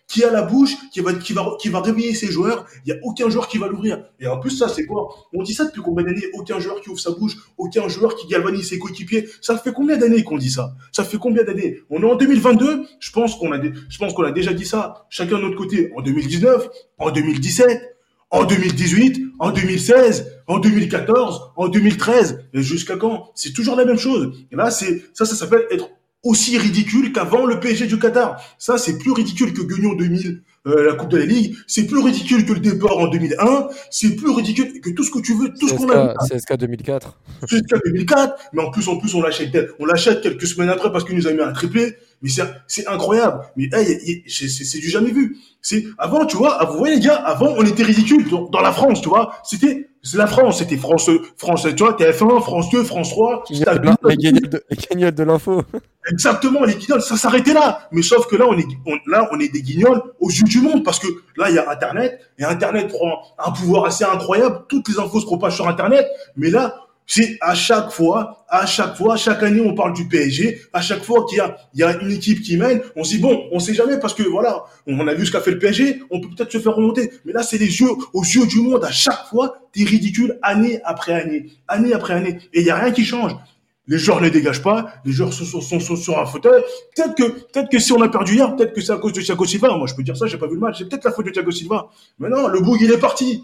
qui a la bouche, qui va réveiller ses joueurs. Il y a aucun joueur qui va l'ouvrir. Et en plus, ça, c'est quoi? On dit ça depuis combien d'années? Aucun joueur qui ouvre sa bouche, aucun joueur qui galvanise ses coéquipiers. Ça fait combien d'années qu'on dit ça? Ça fait combien d'années? On est en 2022. Je pense qu'on a déjà dit ça, chacun de notre côté, en 2019, en 2017, en 2018, en 2016, en 2014, en 2013, et jusqu'à quand? C'est toujours la même chose. Et là, ça s'appelle être aussi ridicule qu'avant le PSG du Qatar. Ça, c'est plus ridicule que Guignon 2000, la Coupe de la Ligue. C'est plus ridicule que le départ en 2001. C'est plus ridicule que tout ce que tu veux, tout ce qu'on a vu. CSK 2004. CSK 2004. Mais en plus, on l'achète quelques semaines après parce qu'il nous a mis un triplé. Mais c'est incroyable. Mais c'est du jamais vu. Avant, tu vois, vous voyez les gars, avant on était ridicule dans la France, tu vois. C'est la France, c'était France, tu vois, TF1, France 2, France 3. Les guignols de l'info. Exactement, les guignols, ça s'arrêtait là. Mais sauf que là, on est des guignols aux yeux du monde parce que là, il y a Internet et Internet prend un pouvoir assez incroyable. Toutes les infos se propagent sur Internet. Mais là, c'est à chaque fois, chaque année, on parle du PSG. À chaque fois qu'il y a une équipe qui mène, on se dit bon, on sait jamais parce que voilà, on a vu ce qu'a fait le PSG, on peut peut-être se faire remonter. Mais là, c'est aux yeux du monde. À chaque fois, t'es ridicule année après année, et il y a rien qui change. Les joueurs ne dégagent pas, les joueurs sont sur un fauteuil. Peut-être que si on a perdu hier, peut-être que c'est à cause de Thiago Silva. Moi, je peux dire ça, j'ai pas vu le match. C'est peut-être la faute de Thiago Silva. Mais non, le Boug, il est parti.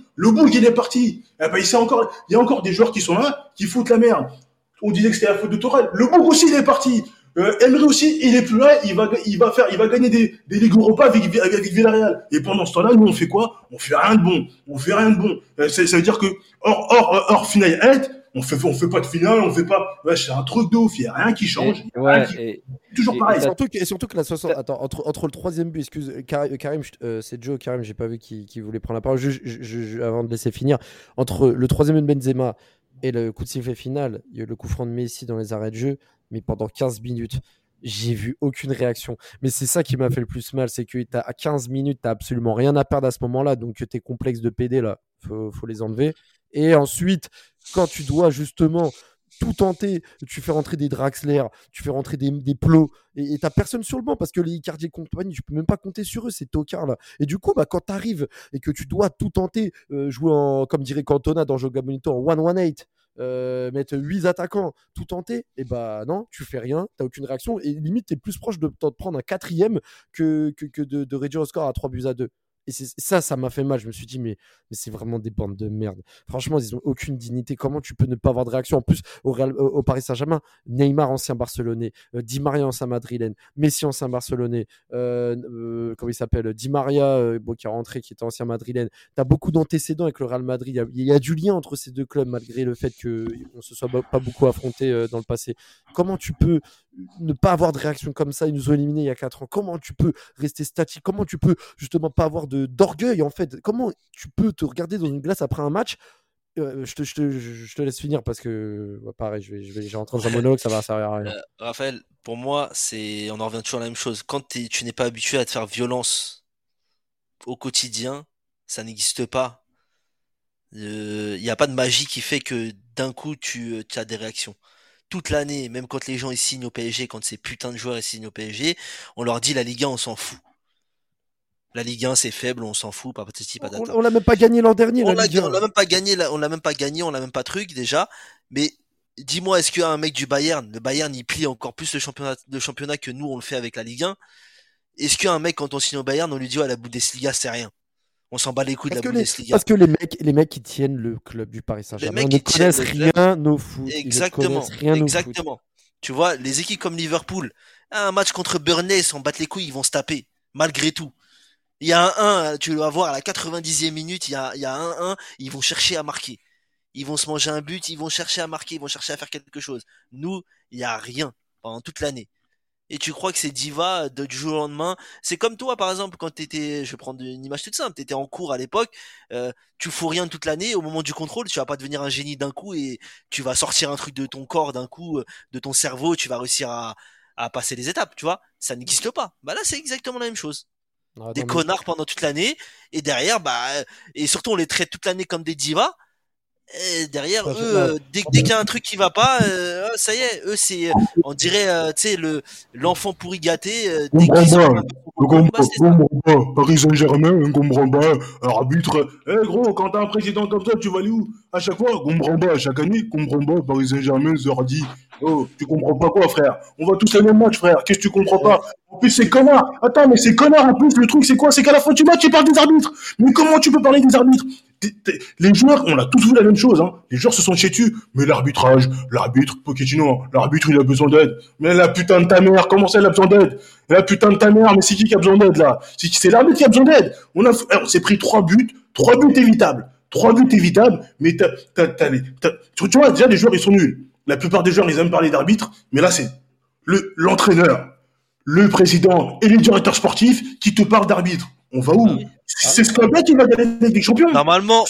Eh ben, il y a encore des joueurs qui sont là, qui foutent la merde. On disait que c'était la faute de Tourelle. Le Boug aussi, il est parti. Emery aussi, il est plus là, il va gagner des Ligues Europa avec Villarreal. Et pendant ce temps-là, nous, on fait quoi? On fait rien de bon. Ça veut dire que, hors finale on fait pas de finale, on fait pas, ouais, c'est un truc de ouf, il y a rien qui change. Toujours pareil. Et surtout que la 60, attends, entre le troisième but, Karim, c'est Joe, Karim, j'ai pas vu qui voulait prendre la parole, avant de laisser finir, entre le troisième but de Benzema et le coup de sifflet final, il y a eu le coup franc de Messi dans les arrêts de jeu, mais pendant 15 minutes, j'ai vu aucune réaction. Mais c'est ça qui m'a fait le plus mal, c'est que à 15 minutes, t'as absolument rien à perdre à ce moment-là, donc tes complexes de PD, là, faut les enlever. Et ensuite, quand tu dois justement tout tenter, tu fais rentrer des Draxler, tu fais rentrer des plots, et t'as personne sur le banc parce que les Icardi et compagnie, tu peux même pas compter sur eux, ces tocards là. Et du coup, quand t'arrives et que tu dois tout tenter, jouer comme dirait Cantona dans Joga Bonito, en 1-1-8, mettre 8 attaquants, tout tenter, et non, tu fais rien, t'as aucune réaction, et limite t'es plus proche de prendre un quatrième que de réduire le score à 3-2. Et ça m'a fait mal. Je me suis dit, mais c'est vraiment des bandes de merde. Franchement, ils n'ont aucune dignité. Comment tu peux ne pas avoir de réaction? En plus, au Paris Saint-Germain, Neymar, ancien Barcelonais, Di Maria, ancien Madrilène, Messi, ancien Barcelonais, comment il s'appelle? Di Maria, qui est rentré, qui était ancien Madrilène. Tu as beaucoup d'antécédents avec le Real Madrid. Il y a du lien entre ces deux clubs, malgré le fait qu'on ne se soit pas beaucoup affronté dans le passé. Comment tu peux ne pas avoir de réaction comme ça? Ils nous ont éliminés il y a 4 ans. Comment tu peux rester statique? Comment tu peux justement pas avoir d'orgueil, en fait? Comment tu peux te regarder dans une glace après un match? Je te laisse finir parce que pareil, j'ai rentré dans un monologue, ça va servir à rien. Raphaël, pour moi, on en revient toujours à la même chose. Quand tu n'es pas habitué à te faire violence au quotidien, ça n'existe pas. Il n'y a pas de magie qui fait que d'un coup tu as des réactions. Toute l'année, même quand les gens ils signent au PSG, quand ces putains de joueurs ils signent au PSG, on leur dit la Ligue 1 on s'en fout. La Ligue 1 c'est faible, on s'en fout, pas patati patata. On l'a même pas gagné l'an dernier. On l'a même pas gagné, on l'a même pas gagné, on l'a même pas truc déjà. Mais dis-moi, est-ce qu'un mec du Bayern, le Bayern il plie encore plus le championnat que nous on le fait avec la Ligue 1? Est-ce qu'un mec quand on signe au Bayern, on lui dit la Bundesliga c'est rien? On s'en bat les couilles de la Bundesliga. Parce que les mecs qui tiennent le club du Paris Saint-Germain ne connaissent rien au foot. Exactement. Tu vois, les équipes comme Liverpool, un match contre Burnley, s'en battent les couilles, ils vont se taper, malgré tout. Il y a un 1, tu vas voir à la 90e minute, il y a un 1, ils vont chercher à marquer. Ils vont se manger un but, ils vont chercher à marquer, ils vont chercher à faire quelque chose. Nous, il y a rien pendant toute l'année. Et tu crois que c'est diva du jour au lendemain? C'est comme toi, par exemple, quand je vais prendre une image toute simple, t'étais en cours à l'époque, tu fous rien toute l'année, au moment du contrôle, tu vas pas devenir un génie d'un coup et tu vas sortir un truc de ton corps d'un coup, de ton cerveau, tu vas réussir à passer les étapes, tu vois? Ça n'existe pas. Là, c'est exactement la même chose. Des connards pendant toute l'année, et derrière, et surtout on les traite toute l'année comme des divas. Et derrière eux, dès qu'il y a un truc qui va pas, ça y est, eux c'est, on dirait, tu sais, l'enfant pourri gâté, dès qu'ils ont un peu trop comprends pas. Paris Saint-Germain, on comprend pas. Arbitre. Eh gros, quand t'as un président comme ça, tu vas aller où? À chaque fois, on comprend pas. Chaque année, on comprend pas. Paris Saint-Germain, Zordi. Oh, tu comprends pas quoi, frère? On voit tous les mêmes matchs, frère. Qu'est-ce que tu comprends pas? En plus, c'est connard. Attends, mais c'est connard en plus. Le truc, c'est quoi? C'est qu'à la fin du match, ils parlent des arbitres. Mais comment tu peux parler des arbitres? Les joueurs, on a tous vu la même chose, hein. Les joueurs se sont chiés dessus. Mais l'arbitre, Pochettino, hein, l'arbitre, il a besoin d'aide. Mais la putain de ta mère, comment ça, il a besoin d'aide? La putain de ta mère, mais c'est qui a besoin d'aide, là? C'est l'arbitre qui a besoin d'aide. On s'est pris 3 buts évitables. 3 buts évitables, mais tu vois, déjà, les joueurs, ils sont nuls. La plupart des joueurs, ils aiment parler d'arbitre, mais là, c'est l'entraîneur, le président et les directeurs sportifs qui te parlent d'arbitre. On va où? oui. C'est ce qu'on a qui va gagner avec des champions. Normalement,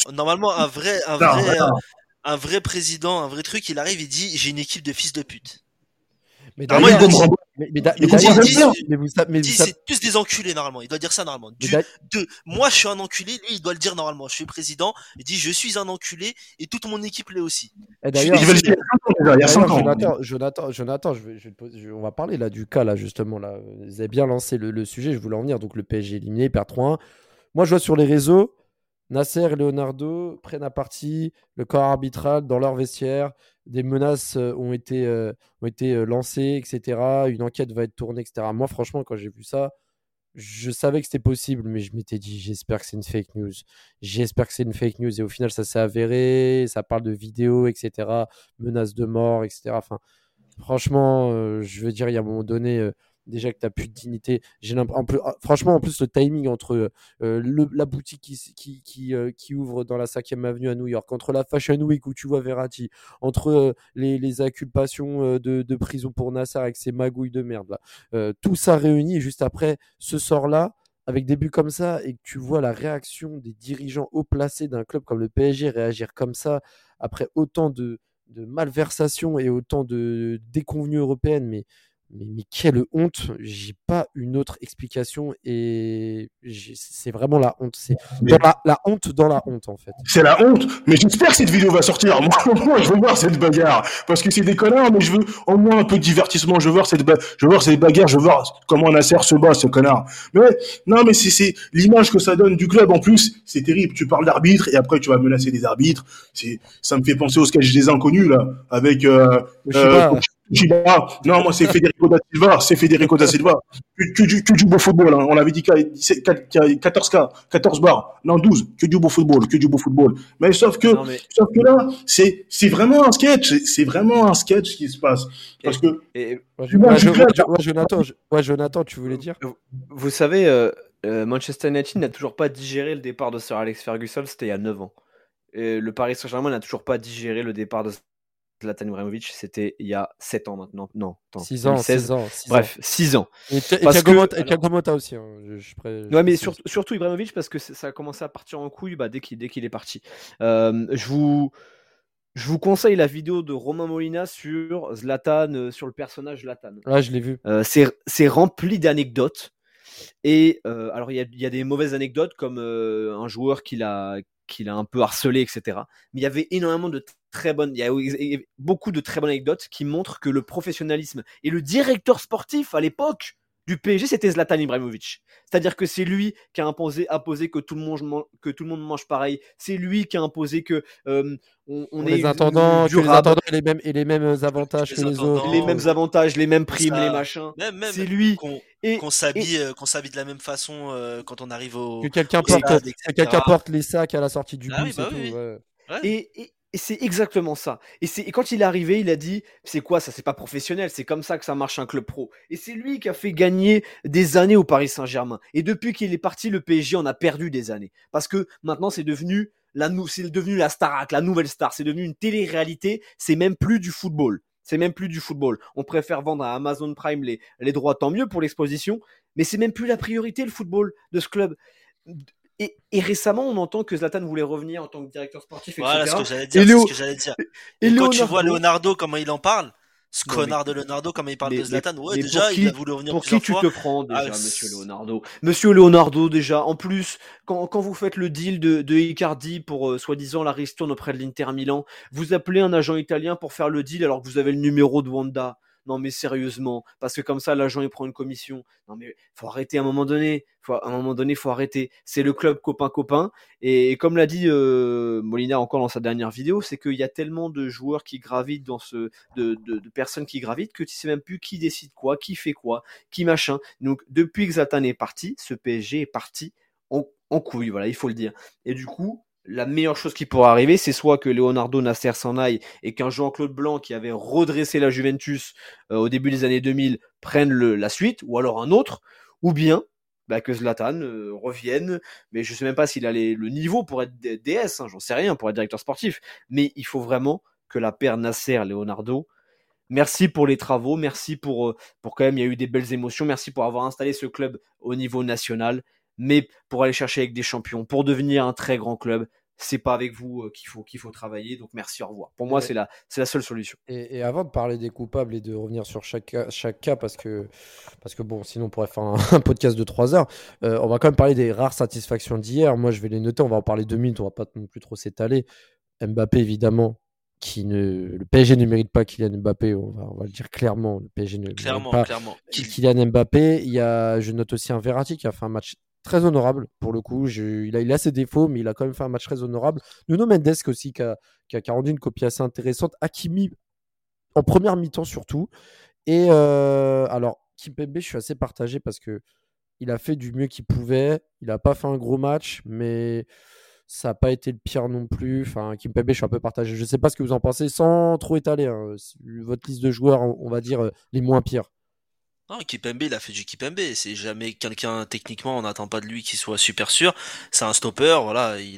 un vrai président, un vrai truc, il arrive, il dit, j'ai une équipe de fils de pute. Mais Normalement, d'ailleurs, il doit dire- mais il d'ailleurs, dit- mais vous il dit, savez- c'est tous des enculés, normalement. Il doit dire ça, normalement. mais d'a- Moi, je suis un enculé, lui, il doit le dire, normalement. Je suis président, il dit, je suis un enculé, et toute mon équipe l'est aussi. et d'ailleurs, Il va le dire il y a 5 ans. Jonathan, on va parler là du cas là justement là. Vous avez bien lancé le sujet, je voulais en venir. Donc le PSG éliminé, perd 3-1. Moi, je vois sur les réseaux, Nasser et Leonardo prennent à partie le corps arbitral dans leur vestiaire. Des menaces ont été lancées, etc. Une enquête va être tournée, etc. Moi, franchement, quand j'ai vu ça, je savais que c'était possible, mais je m'étais dit, j'espère que c'est une fake news. J'espère que c'est une fake news. Et au final, ça s'est avéré. Ça parle de vidéos, etc. Menaces de mort, etc. Enfin, franchement, je veux dire, il y a un moment donné, déjà que tu n'as plus de dignité. Franchement, en plus, le timing entre la boutique qui ouvre dans la 5e avenue à New York, entre la Fashion Week où tu vois Verratti, entre les inculpations de prison pour Nasser avec ses magouilles de merde, là. Tout ça réuni, et juste après ce sort-là, avec des buts comme ça, et que tu vois la réaction des dirigeants haut placés d'un club comme le PSG réagir comme ça, après autant de malversation et autant de déconvenues européennes, mais quelle honte, j'ai pas une autre explication et c'est vraiment la honte, c'est dans la honte dans la honte en fait. C'est la honte, mais j'espère que cette vidéo va sortir. Moi, je veux voir cette bagarre, parce que c'est des connards, mais je veux au moins un peu de divertissement. Je veux voir cette bagarre, je veux voir comment Nasser se bat, ce connard. Mais non, mais c'est l'image que ça donne du club. En plus, c'est terrible. Tu parles d'arbitre et après tu vas menacer des arbitres. Ça me fait penser au sketch des inconnus là, avec Chiba. Non, moi c'est Federico da Silva. Que du beau football. Hein. On avait dit 14 bars. Non, 12. Que du beau football. Mais sauf que là, c'est vraiment un sketch. C'est vraiment un sketch qui se passe. Parce que. Jonathan, tu voulais dire? Vous savez, Manchester United n'a toujours pas digéré le départ de Sir Alex Ferguson, c'était il y a 9 ans. Et le Paris Saint-Germain n'a toujours pas digéré le départ de Zlatan Ibrahimovic, c'était il y a 7 ans maintenant. Non, attends, 6 ans. 2016. Bref, 6 ans. Et Thiago Motta aussi. Hein. Ouais, mais surtout Ibrahimovic, parce que ça a commencé à partir en couille dès qu'il est parti. Je vous conseille la vidéo de Romain Molina sur Zlatan, sur le personnage Zlatan. Ouais, je l'ai vu. C'est rempli d'anecdotes. Et alors, il y a des mauvaises anecdotes, comme un joueur qu'il a un peu harcelé, etc. Mais il y avait énormément de il y a beaucoup de très bonnes anecdotes qui montrent que le professionnalisme et le directeur sportif à l'époque du PSG, c'était Zlatan Ibrahimovic. C'est-à-dire que c'est lui qui a imposé que tout le monde mange pareil. C'est lui qui a imposé que on est les intendants et les mêmes avantages que les autres. Les mêmes avantages, les mêmes primes, les machins. Même c'est lui. Qu'on s'habille de la même façon quand on arrive au. Que quelqu'un porte les sacs à la sortie du bus et tout. Oui. Ouais. Et c'est exactement ça. Et quand il est arrivé, il a dit, c'est quoi ça? C'est pas professionnel, c'est comme ça que ça marche un club pro. Et c'est lui qui a fait gagner des années au Paris Saint-Germain. Et depuis qu'il est parti, le PSG en a perdu des années. Parce que maintenant, c'est devenu la Starac, la nouvelle star. C'est devenu une télé-réalité. C'est même plus du football. On préfère vendre à Amazon Prime les droits, tant mieux pour l'exposition. Mais c'est même plus la priorité, le football de ce club. Et récemment, on entend que Zlatan voulait revenir en tant que directeur sportif, etc. Voilà ce que j'allais dire. Et quand tu vois Leonardo, comment il en parle, connard de Leonardo, comment il parle de Zlatan, il a voulu revenir plusieurs fois. Pour qui tu te prends déjà, monsieur Leonardo? Monsieur Leonardo, déjà, en plus, quand vous faites le deal de Icardi pour soi-disant la ristourne auprès de l'Inter Milan, vous appelez un agent italien pour faire le deal alors que vous avez le numéro de Wanda. Non mais sérieusement, parce que comme ça l'agent il prend une commission. Non mais faut arrêter à un moment donné. Faut arrêter. C'est le club copain. Et comme l'a dit Molina encore dans sa dernière vidéo, c'est qu'il y a tellement de joueurs qui gravitent de personnes qui gravitent que tu sais même plus qui décide quoi, qui fait quoi, qui machin. Donc depuis que Zlatan est parti, ce PSG est parti en couille, voilà, il faut le dire. Et du coup, la meilleure chose qui pourrait arriver, c'est soit que Leonardo Nasser s'en aille et qu'un Jean-Claude Blanc qui avait redressé la Juventus au début des années 2000 prenne la suite, ou alors un autre, ou bien que Zlatan revienne, mais je sais même pas s'il a le niveau pour être DS, j'en sais rien, pour être directeur sportif, mais il faut vraiment que la paire Nasser-Leonardo, merci pour les travaux, merci pour quand même, il y a eu des belles émotions, merci pour avoir installé ce club au niveau national, mais pour aller chercher avec des champions, pour devenir un très grand club, c'est pas avec vous qu'il faut travailler, donc merci, au revoir. Pour moi, c'est la seule solution. Et avant de parler des coupables et de revenir sur chaque cas, parce que bon, sinon on pourrait faire un podcast de 3 heures, on va quand même parler des rares satisfactions d'hier. Moi, je vais les noter, on va en parler 2 minutes, on va pas non plus trop s'étaler. Mbappé, évidemment, le PSG ne mérite pas Kylian Mbappé, on va le dire clairement, le PSG ne mérite pas Clairement. Kylian Mbappé. Je note aussi un Verratti qui a fait un match très honorable pour le coup. Il a ses défauts, mais il a quand même fait un match très honorable. Nuno Mendes aussi qui a rendu une copie assez intéressante. Hakimi en première mi-temps surtout. Et alors Kimpembe, je suis assez partagé parce que il a fait du mieux qu'il pouvait. Il n'a pas fait un gros match, mais ça n'a pas été le pire non plus. Enfin, Kimpembe, je suis un peu partagé. Je ne sais pas ce que vous en pensez sans trop étaler. Votre liste de joueurs, on va dire les moins pires. Non, Kipembe, il a fait du Kipembe. C'est jamais quelqu'un, techniquement, on n'attend pas de lui qu'il soit super sûr. C'est un stopper, voilà. Il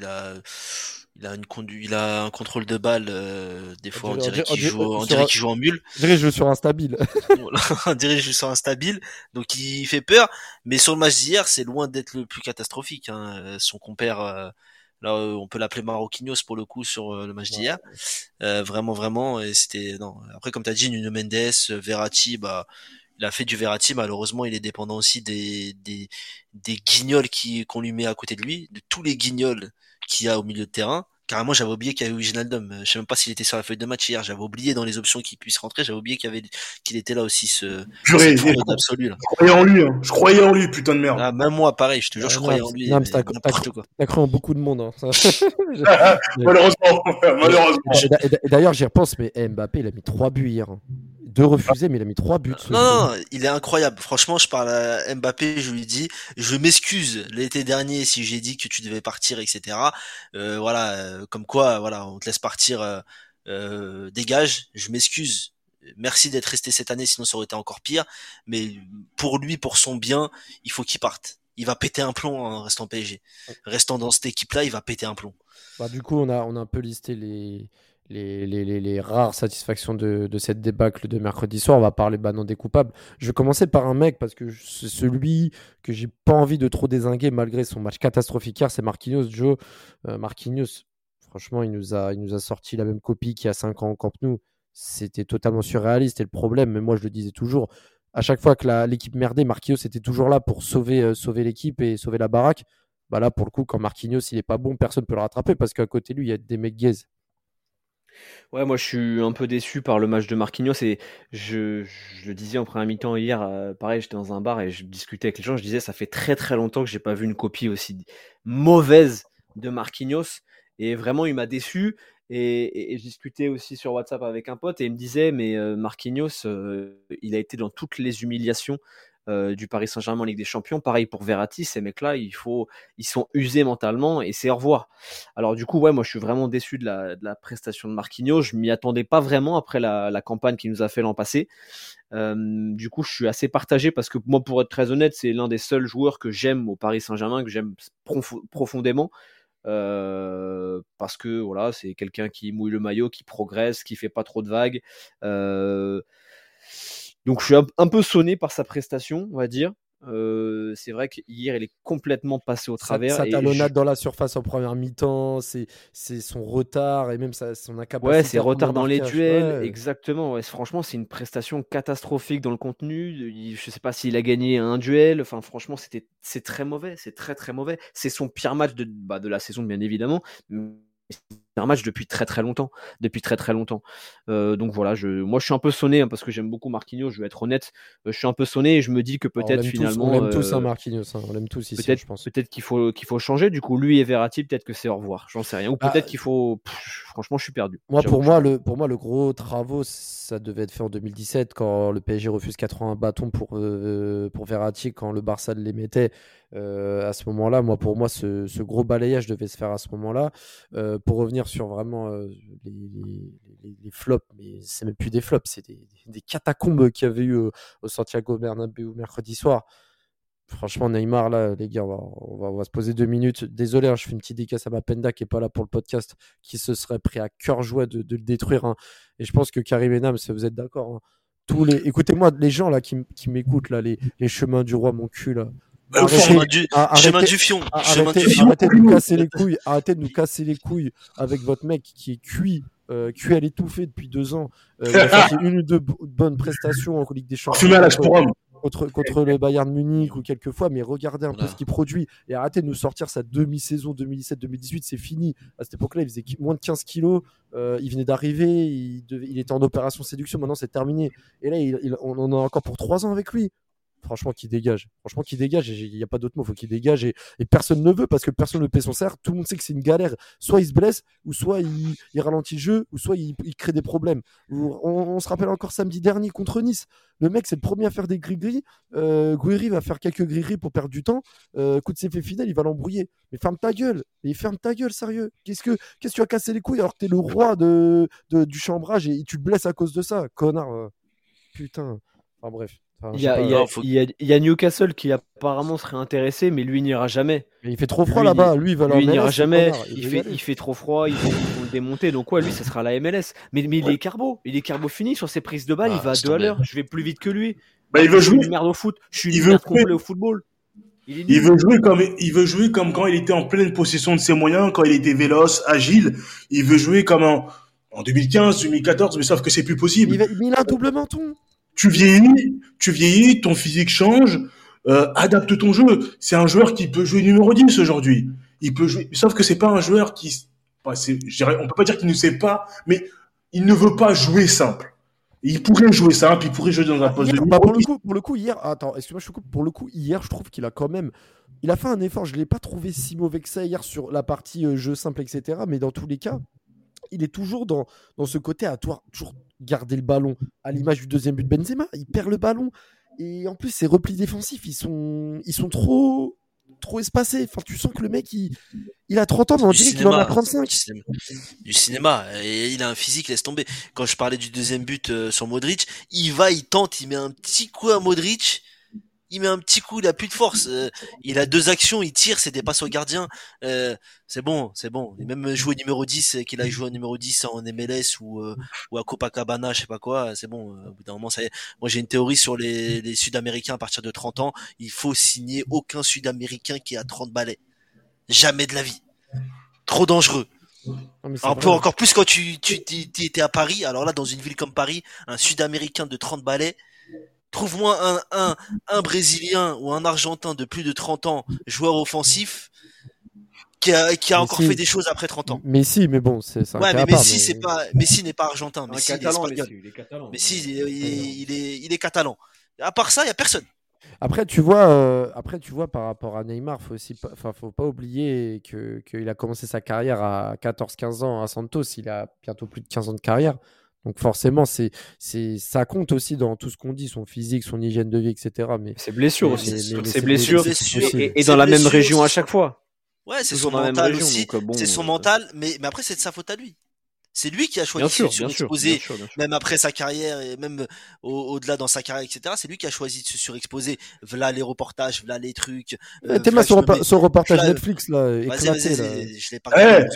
a un contrôle de balle, des fois, on dirait qu'il joue en mule. Je dirais que je joue sur instable. On dirait qu'il joue sur instable. Donc, il fait peur. Mais sur le match d'hier, c'est loin d'être le plus catastrophique, hein. Son compère, là, on peut l'appeler Marquinhos pour le coup sur le match d'hier. Vraiment, et c'était, non. Après, comme t'as dit, Nuno Mendes, Verratti, il a fait du Verratti, malheureusement, il est dépendant aussi des guignols qu'on lui met à côté de lui, de tous les guignols qu'il y a au milieu de terrain. Carrément, j'avais oublié qu'il y avait Wijnaldum. Je sais même pas s'il était sur la feuille de match hier. J'avais oublié dans les options qu'il puisse rentrer. J'avais oublié qu'il était là aussi, Purée, fraude absolue, là. Je croyais en lui, putain de merde. Ah, même moi, pareil, je te jure, je croyais en lui. N'importe quoi. T'as cru en beaucoup de monde, hein. Malheureusement. Et d'ailleurs, j'y repense, mais Mbappé, il a mis 3 buts hier. 2 refusés, mais il a mis 3 buts. Non, il est incroyable. Franchement, je parle à Mbappé, je lui dis, je m'excuse l'été dernier si j'ai dit que tu devais partir, etc. Comme quoi, voilà, on te laisse partir, dégage. Je m'excuse. Merci d'être resté cette année, sinon ça aurait été encore pire. Mais pour lui, pour son bien, il faut qu'il parte. Il va péter un plomb en restant PSG. Restant dans cette équipe-là, il va péter un plomb. Du coup, on a un peu listé les rares satisfactions de cette débâcle de mercredi soir. On va parler non des coupables. Je vais commencer par un mec parce que c'est celui que j'ai pas envie de trop dézinguer malgré son match catastrophique hier, c'est Marquinhos. Joe, Marquinhos, franchement, il nous a sorti la même copie qu'il y a 5 ans au Camp Nou. C'était totalement surréaliste. Et le problème, mais moi je le disais toujours, à chaque fois que l'équipe merdait, Marquinhos était toujours là pour sauver l'équipe et sauver la baraque. Là, pour le coup, quand Marquinhos il est pas bon, personne ne peut le rattraper parce qu'à côté de lui, il y a des mecs gaze. Ouais, moi je suis un peu déçu par le match de Marquinhos et je le disais en première mi-temps hier, pareil, j'étais dans un bar et je discutais avec les gens, je disais ça fait très très longtemps que j'ai pas vu une copie aussi mauvaise de Marquinhos et vraiment il m'a déçu et je discutais aussi sur WhatsApp avec un pote et il me disait mais Marquinhos il a été dans toutes les humiliations du Paris Saint-Germain en Ligue des Champions. Pareil pour Verratti, ces mecs-là, ils sont usés mentalement et c'est au revoir. Alors du coup, ouais, moi je suis vraiment déçu de la prestation de Marquinhos. Je m'y attendais pas vraiment après la campagne qu'il nous a fait l'an passé. Du coup, je suis assez partagé parce que moi, pour être très honnête, c'est l'un des seuls joueurs que j'aime au Paris Saint-Germain, que j'aime profondément. Parce que voilà, c'est quelqu'un qui mouille le maillot, qui progresse, qui fait pas trop de vagues. Donc je suis un peu sonné par sa prestation, on va dire. C'est vrai qu'hier, il est complètement passé au travers. Sa talonnade dans la surface en première mi-temps, c'est son retard et même son incapacité. Ouais, ses retards dans les duels, exactement. Ouais, franchement, c'est une prestation catastrophique dans le contenu. Je sais pas s'il a gagné un duel. Enfin, franchement, c'est très mauvais. C'est très très mauvais. C'est son pire match de la saison, bien évidemment. un match depuis très très longtemps. Donc voilà, moi je suis un peu sonné parce que j'aime beaucoup Marquinhos, je vais être honnête. Je suis un peu sonné et je me dis que peut-être finalement. On l'aime tous, Marquinhos. On l'aime tous ici, je pense. Peut-être qu'il faut changer. Du coup, lui et Verratti, peut-être que c'est au revoir. J'en sais rien. Ou peut-être qu'il faut. Franchement, je suis perdu. Pour moi, le gros travaux, ça devait être fait en 2017 quand le PSG refuse 80 bâtons pour Verratti, quand le Barça les mettait. À ce moment-là, pour moi, ce gros balayage devait se faire à ce moment-là. Pour revenir sur vraiment les flops, mais c'est même plus des flops, c'est des catacombes qu'il y avait eu au Santiago Bernabéu mercredi soir. Franchement, Neymar, là, les gars, on va se poser 2 minutes. Désolé, je fais une petite dédicace à Mapenda qui n'est pas là pour le podcast, qui se serait pris à cœur joie de le détruire. Hein. Et je pense que Karim et Nam, vous êtes d'accord. Hein. Écoutez-moi, les gens là qui m'écoutent, là, les chemins du roi, mon cul, là. Chemin du fion. Arrêtez de nous casser les couilles. Arrêtez de nous casser les couilles avec votre mec qui est cuit à l'étouffée depuis 2 ans. Il a fait 1 ou 2 bonnes prestations en Ligue des Champions. Contre le Bayern Munich ou quelques fois, mais regardez un peu ce qu'il produit et arrêtez de nous sortir sa demi-saison 2017-2018, c'est fini. À cette époque-là, il faisait moins de 15 kilos, il venait d'arriver, il était en opération séduction, maintenant c'est terminé. Et là, on en a encore pour 3 ans avec lui. Franchement, qu'il dégage. Il n'y a pas d'autre mot. Il faut qu'il dégage. Et personne ne veut parce que personne ne paie son salaire. Tout le monde sait que c'est une galère. Soit il se blesse, ou soit il ralentit le jeu, ou soit il crée des problèmes. On se rappelle encore samedi dernier contre Nice. Le mec, c'est le premier à faire des gris-gris. Guiri va faire quelques gris-gris pour perdre du temps. Coup de ses faits fidèles, il va l'embrouiller. Mais ferme ta gueule. Sérieux. Qu'est-ce que tu as cassé les couilles alors que t'es le roi du chambrage et tu te blesses à cause de ça, connard. Putain. Enfin bref. Il y a Newcastle qui apparemment serait intéressé, mais lui il n'ira jamais. Mais il fait trop froid là-bas. Lui, il n'ira jamais. Il fait trop froid. Ils vont le démonter. Donc lui, ça sera la MLS. Mais il est carbo. Il est carbo fini sur ses prises de balle. Il va à 2 à l'heure. Je vais plus vite que lui. Il veut jouer. Je suis une merde au foot. Je suis une merde complet au football. Il veut jouer comme quand il était en pleine possession de ses moyens, quand il était véloce, agile. Il veut jouer comme en 2015, 2014, mais sauf que c'est plus possible. Mais il a un double menton. Tu vieillis, ton physique change, adapte ton jeu. C'est un joueur qui peut jouer numéro 10 aujourd'hui. Il peut jouer, sauf que c'est pas un joueur on peut pas dire qu'il ne sait pas, mais il ne veut pas jouer simple. Il pourrait jouer simple, il pourrait jouer dans un poste de numéro 10. Pour le coup, hier, excuse-moi, je te coupe. Pour le coup, hier, je trouve qu'il a quand même, il a fait un effort. Je l'ai pas trouvé si mauvais que ça hier sur la partie jeu simple, etc. Mais dans tous les cas, il est toujours dans ce côté à toujours garder le ballon, à l'image du 2e but de Benzema. Il perd le ballon et en plus ses replis défensifs ils sont trop espacés. Enfin, tu sens que le mec il a 30 ans mais on dirait qu'il en a 35. Du cinéma, et il a un physique, laisse tomber. Quand je parlais du 2e but sur Modric, il tente, il met un petit coup à Modric. Il met un petit coup, il a plus de force. Il a 2 actions, il tire, c'est des passes au gardien. C'est bon. Et même jouer numéro 10, qu'il a joué au numéro 10 en MLS ou à Copacabana, je sais pas quoi, c'est bon. Au bout d'un moment, ça y est. Moi, j'ai une théorie sur les Sud-Américains à partir de 30 ans. Il faut signer aucun Sud-Américain qui a 30 balais. Jamais de la vie. Trop dangereux. Encore plus quand tu étais à Paris. Alors là, dans une ville comme Paris, un Sud-Américain de 30 balais, trouve-moi un Brésilien ou un Argentin de plus de 30 ans, joueur offensif, qui a encore fait des choses après 30 ans. Messi, mais bon, c'est un cas mais à part, Messi n'est pas argentin. Messi, il est catalan. Messi, il est catalan. À part ça, il y a personne. Après, tu vois, par rapport à Neymar, faut pas oublier qu'il a commencé sa carrière à 14-15 ans à Santos. Il a bientôt plus de 15 ans de carrière. Donc forcément, ça compte aussi dans tout ce qu'on dit, son physique, son hygiène de vie, etc. Mais ses blessures aussi. Ses blessures. Et dans la même région à chaque fois. Ouais, c'est son mental aussi. C'est son mental, mais après, c'est de sa faute à lui. C'est lui qui a choisi de se surexposer, même après sa carrière et même au-delà dans sa carrière, etc. C'est lui qui a choisi de se surexposer. Voilà les reportages, voilà les trucs. T'es là sur reportage Netflix, là, éclaté, là. Je l'ai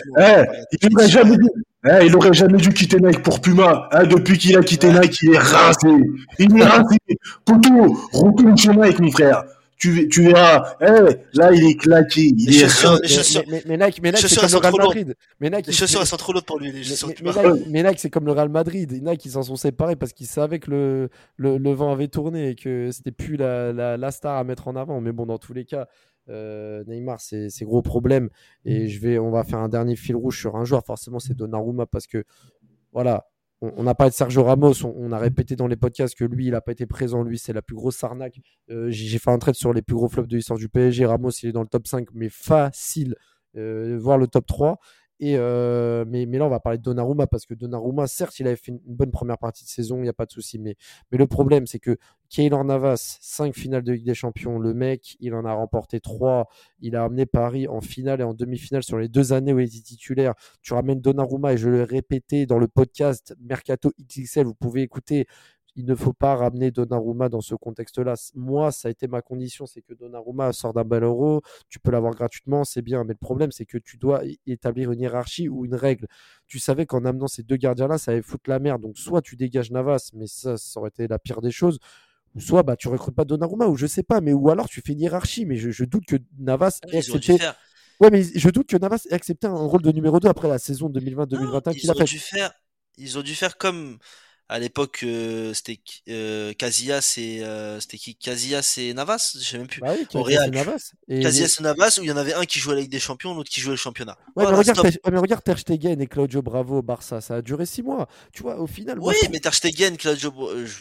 pas il aurait jamais dû quitter Nike pour Puma. Depuis qu'il a quitté Nike, il est rincé. Poto, retourne chez Nike, mon frère. tu verras. Là, il est claqué. Les chaussures, les chaussures. Mais Nike, Les c'est chaussures, comme elles le sont Real trop lourdes. Madrid. Mais Nike, Les chaussures, elles sont trop lourdes pour lui. Les chaussures, tu vois. Mais Nike, c'est comme le Real Madrid. Nike, ils s'en sont séparés parce qu'ils savaient que le vent avait tourné et que c'était plus la star à mettre en avant. Mais bon, dans tous les cas, Neymar, c'est gros problème. Et on va faire un dernier fil rouge sur un joueur. Forcément, c'est Donnarumma parce que, voilà, on n'a pas de Sergio Ramos. On a répété dans les podcasts que lui, il n'a pas été présent. Lui, c'est la plus grosse arnaque. J'ai fait un trait sur les plus gros flops de l'histoire du PSG. Ramos, il est dans le top 5, mais facile, voire le top 3. Mais là, on va parler de Donnarumma parce que Donnarumma, certes, il avait fait une bonne première partie de saison, il n'y a pas de souci. Mais le problème, c'est que Keylor Navas, 5 finales de Ligue des Champions, le mec, il en a remporté 3. Il a amené Paris en finale et en demi-finale sur les 2 années où il était titulaire. Tu ramènes Donnarumma et je l'ai répété dans le podcast Mercato XXL, vous pouvez écouter. Il ne faut pas ramener Donnarumma dans ce contexte-là. Moi, ça a été ma condition, c'est que Donnarumma sort d'un bel euro, tu peux l'avoir gratuitement, c'est bien. Mais le problème, c'est que tu dois établir une hiérarchie ou une règle. Tu savais qu'en amenant ces 2 gardiens-là, ça allait foutre la merde. Donc, soit tu dégages Navas, mais ça aurait été la pire des choses. Ou soit tu recrutes pas Donnarumma, ou je sais pas, mais ou alors tu fais une hiérarchie. Mais je doute que Navas ait accepté. Ouais, mais je doute que Navas ait accepté un rôle de numéro 2 après la saison 2020-2021 qu'il a fait. Ils ont dû faire comme à l'époque, c'était Casillas et c'était qui? Casillas et Navas, je sais même plus. Bah oui, Au Real. Navas. Casillas et Navas, où il y en avait un qui jouait la Ligue des Champions, l'autre qui jouait le championnat. Ouais, voilà, mais regarde Ter Stegen et Claudio Bravo au Barça, ça a duré 6 mois. Tu vois, au final. Oui, mais Ter Stegen, Claudio,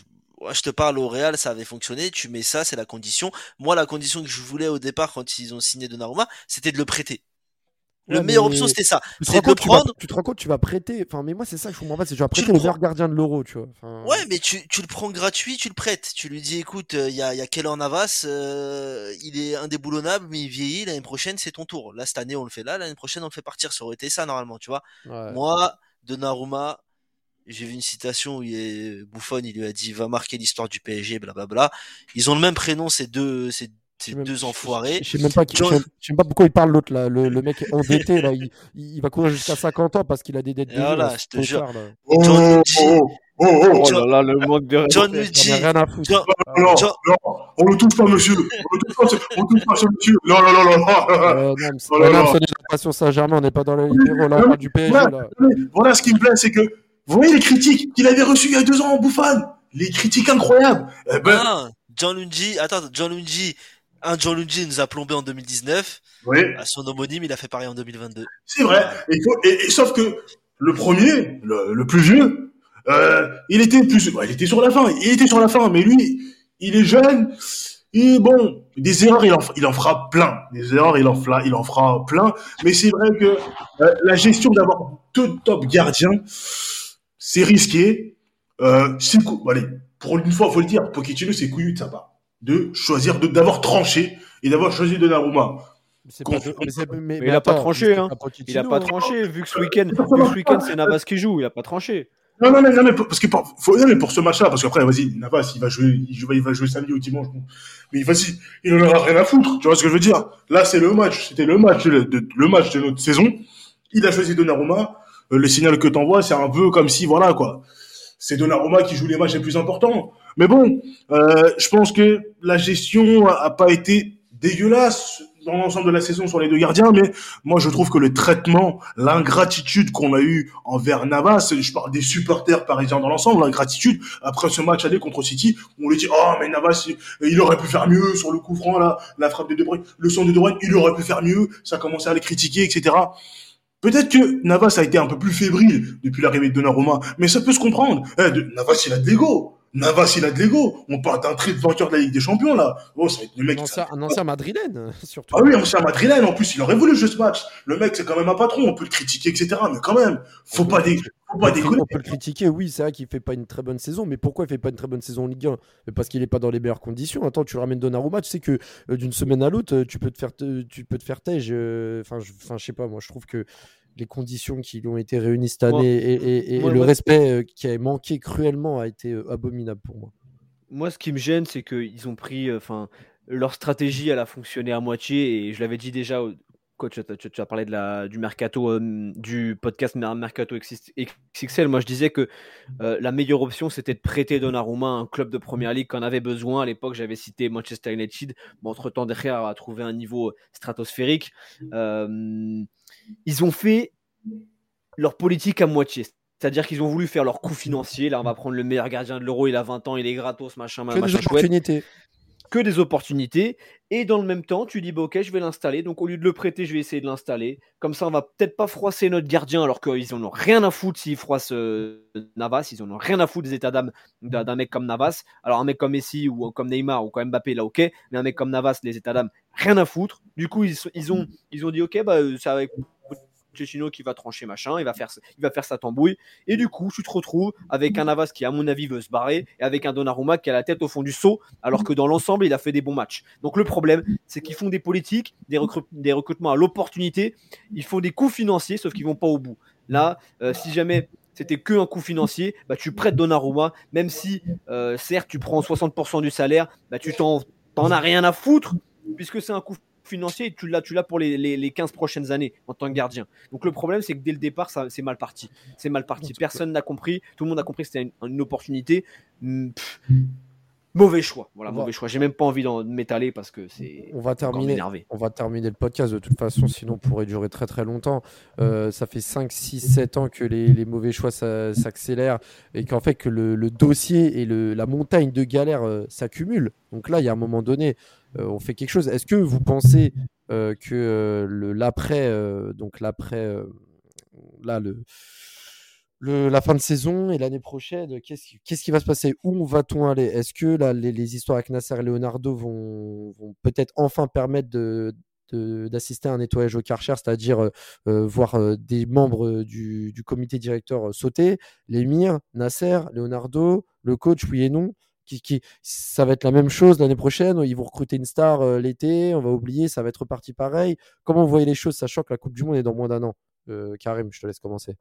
je te parle au Real, ça avait fonctionné. Tu mets ça, c'est la condition. Moi, la condition que je voulais au départ quand ils ont signé Donnarumma, c'était de le prêter. La meilleure option, c'était ça. C'est de le prendre. Tu te rends compte, tu vas prêter. Enfin, mais moi, c'est ça que je comprends pas. C'est que tu vas prêter le meilleur gardien de l'Euro, tu vois. Ouais, mais tu le prends gratuit, tu le prêtes. Tu lui dis, écoute, il y a Keylor Navas, il est indéboulonnable, mais il vieillit. L'année prochaine, c'est ton tour. Là, cette année, on le fait là. L'année prochaine, on le fait partir. Ça aurait été ça, normalement, tu vois. Ouais. Moi, Donnarumma, j'ai vu une citation où Buffon, il lui a dit, va marquer l'histoire du PSG, blablabla. Ils ont le même prénom, ces deux enfoirés. Je sais même pas pourquoi il parle l'autre là. Le mec est endetté là. Il va courir jusqu'à 50 ans parce qu'il a des dettes. Voilà, je te jure. Oh là là, le manque de John Luigi. Rien à foutre. Non, on le touche pas, monsieur. On touche pas ce monsieur. Non. On est pas sur Saint-Germain, on n'est pas dans les libéraux là, on parle du PSG là. Voilà ce qui me plaît, c'est que vous voyez les critiques qu'il avait reçues il y a 2 ans en Bouffane. Les critiques incroyables. John Luigi, John Luigi nous a plombé en 2019. Oui. À son homonyme, il a fait pareil en 2022. C'est vrai. Sauf que le premier, le plus vieux, il était sur la fin. Il était sur la fin, mais lui, il est jeune. Et bon, des erreurs, il en fera plein. Des erreurs, il en fera plein. Mais c'est vrai que la gestion d'avoir 2 top gardiens, c'est risqué. Allez, pour une fois, faut le dire, Pochettino, c'est couillu de sa part de choisir d'avoir tranché et d'avoir choisi Donnarumma. Mais il a pas tranché, hein. Il a pas tranché, vu que ce week-end, c'est Navas qui joue, il a pas tranché. Non, mais parce que pour ce match-là, parce qu'après, vas-y, Navas, il va jouer samedi ou dimanche. Bon. Mais vas-y, il en aura rien à foutre. Tu vois ce que je veux dire? Là, c'était le match de notre saison. Il a choisi Donnarumma. Le signal que t'envoies, c'est un peu comme si, voilà, quoi. C'est Donnarumma qui joue les matchs les plus importants. Mais bon, je pense que la gestion a pas été dégueulasse dans l'ensemble de la saison sur les 2 gardiens, mais moi je trouve que le traitement, l'ingratitude qu'on a eu envers Navas, je parle des supporters parisiens dans l'ensemble, l'ingratitude après ce match aller contre City, où on lui dit oh mais Navas il aurait pu faire mieux sur le coup franc là, la frappe de De Bruyne, le son de De Bruyne, il aurait pu faire mieux, ça commençait à les critiquer, etc. Peut-être que Navas a été un peu plus fébrile depuis l'arrivée de Donnarumma, mais ça peut se comprendre. Navas il a de l'ego. On parle d'un triple vainqueur de la Ligue des Champions, là. Oh, ça va être le mec. Un ancien madrilène, surtout. Ah oui, un ancien madrilène, en plus. Il aurait voulu jouer ce match. Le mec, c'est quand même un patron. On peut le critiquer, etc. Mais quand même, faut pas déconner. On peut le critiquer, oui, c'est vrai qu'il fait pas une très bonne saison. Mais pourquoi il fait pas une très bonne saison en Ligue 1? Parce qu'il est pas dans les meilleures conditions. Attends, tu le ramènes Donnarumma, tu sais que d'une semaine à l'autre, tu peux te faire tège. Enfin, je sais pas, moi, je trouve que les conditions qui lui ont été réunies cette année et le respect qui a manqué cruellement a été abominable pour moi. Moi, ce qui me gêne, c'est qu'ils ont pris, leur stratégie, elle a fonctionné à moitié, et je l'avais dit déjà Coach, tu as parlé du mercato, du podcast Mercato XXL. Moi, je disais que la meilleure option, c'était de prêter Donnarumma à un club de Première Ligue qu'on avait besoin. À l'époque, j'avais cité Manchester United. Bon, entre-temps, derrière a trouvé un niveau stratosphérique. Ils ont fait leur politique à moitié. C'est-à-dire qu'ils ont voulu faire leur coup financier. Là, on va prendre le meilleur gardien de l'Euro, il a 20 ans, il est gratos, machin Que des chouette. opportunités. Que des opportunités. Et dans le même temps, tu dis, bah, ok, je vais l'installer. Donc, au lieu de le prêter, je vais essayer de l'installer. Comme ça, on va peut-être pas froisser notre gardien, alors qu'ils en ont rien à foutre s'ils froissent Navas. Ils en ont rien à foutre des états d'âme d'un mec comme Navas. Alors, un mec comme Messi ou comme Neymar ou comme Mbappé, là, ok. Mais un mec comme Navas, les états d'âme, rien à foutre. Du coup, ils ont dit, ok, bah, c'est avec Pochettino qui va trancher machin, il va faire sa tambouille, et du coup tu te retrouves avec un Navas qui à mon avis veut se barrer, et avec un Donnarumma qui a la tête au fond du seau, alors que dans l'ensemble il a fait des bons matchs. Donc le problème c'est qu'ils font des politiques, des recrutements à l'opportunité, ils font des coups financiers sauf qu'ils vont pas au bout. Là, si jamais c'était que un coût financier, bah, tu prêtes Donnarumma, même si certes tu prends 60% du salaire, bah, tu t'en as rien à foutre, puisque c'est un coût financier et tu l'as pour les 15 prochaines années en tant que gardien. Donc le problème c'est que dès le départ c'est mal parti. C'est mal parti. Personne n'a compris. Tout le monde a compris que c'était une opportunité. Mauvais choix. Voilà, mauvais choix. J'ai même pas envie de m'étaler parce que c'est. On va terminer le podcast de toute façon, sinon on pourrait durer très très longtemps. Ça fait 5, 6, 7 ans que les mauvais choix s'accélèrent et qu'en fait que le dossier et la montagne de galères s'accumulent. Donc là, il y a un moment donné, on fait quelque chose. Est-ce que vous pensez que la fin de saison et l'année prochaine, qu'est-ce qui va se passer? Où va-t-on aller? Est-ce que là, les histoires avec Nasser et Leonardo vont peut-être enfin permettre d'assister à un nettoyage au Karcher, c'est-à-dire voir des membres du comité directeur sauter, l'émir, Nasser, Leonardo, le coach, oui et non? Ça va être la même chose l'année prochaine, ils vont recruter une star l'été, on va oublier, ça va être reparti pareil. Comment vous voyez les choses, sachant que la Coupe du Monde est dans moins d'un an? Karim, je te laisse commencer.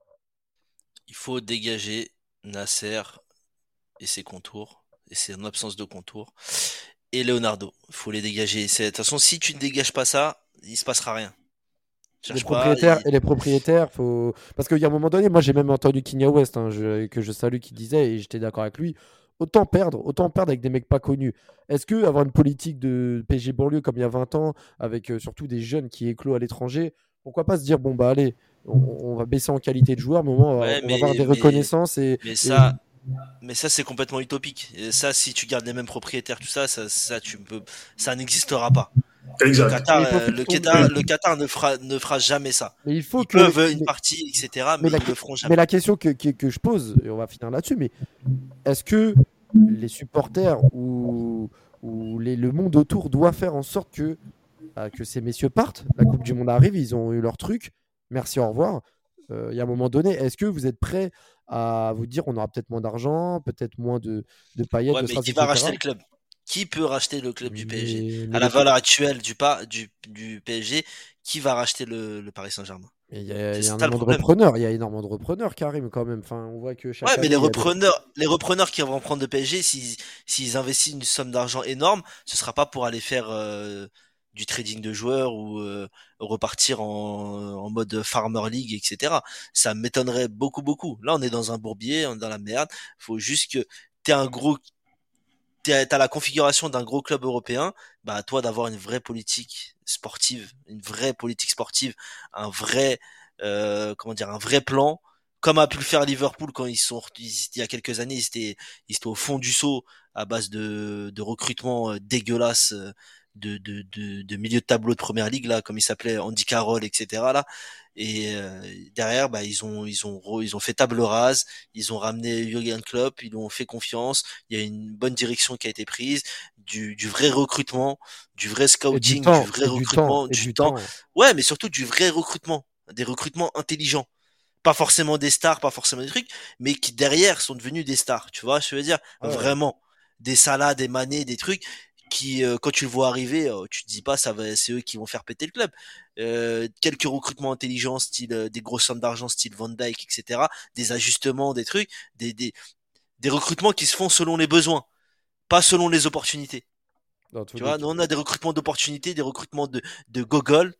Il faut dégager Nasser et ses contours, et son absence de contours, et Leonardo. Il faut les dégager. De toute façon, si tu ne dégages pas ça, il se passera rien. Les propriétaires, parce qu'il y a un moment donné, moi j'ai même entendu Kanye West, que je salue, qui disait, et j'étais d'accord avec lui, autant perdre avec des mecs pas connus. Est-ce que avoir une politique de PSG banlieue comme il y a 20 ans, avec surtout des jeunes qui éclosent à l'étranger, pourquoi pas se dire, bon bah allez, on va baisser en qualité de joueur, mais au moins on va avoir des reconnaissances. Mais ça, c'est complètement utopique. Et ça, si tu gardes les mêmes propriétaires, tout ça, ça n'existera pas. Exact. Le Qatar ne fera jamais ça. Mais ils peuvent une partie, etc. Mais ils ne le feront jamais. Mais la question que je pose, et on va finir là-dessus, mais est-ce que les supporters ou le monde autour doit faire en sorte que ces messieurs partent? La Coupe du Monde arrive, ils ont eu leur truc. Merci, au revoir. Il y a un moment donné, est-ce que vous êtes prêts à vous dire on aura peut-être moins d'argent, peut-être moins de paillettes, mais qui va racheter le club? Qui peut racheter le club du PSG? À la valeur actuelle du PSG, qui va racheter le Paris Saint-Germain? Il y a énormément de repreneurs, Karim, quand même. Enfin, on voit que chaque année, mais les repreneurs qui vont prendre de PSG, s'ils investissent une somme d'argent énorme, ce sera pas pour aller faire du trading de joueurs ou repartir en mode Farmer League, etc. Ça m'étonnerait beaucoup. Là, on est dans un bourbier, on est dans la merde. Faut juste que t'as la configuration d'un gros club européen, bah, à toi d'avoir une vraie politique sportive, un vrai, un vrai plan, comme a pu le faire Liverpool quand il y a quelques années, ils étaient au fond du seau à base de recrutement dégueulasse, de milieu de tableau de première ligue, là, comme il s'appelait Andy Carroll, etc., là. Et derrière, bah, ils ont fait table rase, ils ont ramené Jürgen Klopp, ils lui ont fait confiance, il y a une bonne direction qui a été prise, du vrai recrutement, du vrai scouting, du temps. Ouais, mais surtout du vrai recrutement, des recrutements intelligents. Pas forcément des stars, pas forcément des trucs, mais qui derrière sont devenus des stars, tu vois, je veux dire, vraiment. Des Salah, des Mané, des trucs qui, quand tu le vois arriver, tu te dis pas c'est eux qui vont faire péter le club. Quelques recrutements intelligents, style des grosses sommes d'argent, style Van Dijk, etc. Des ajustements, des trucs, des recrutements qui se font selon les besoins, pas selon les opportunités. Tu vois, nous on a des recrutements d'opportunités, des recrutements de gogol,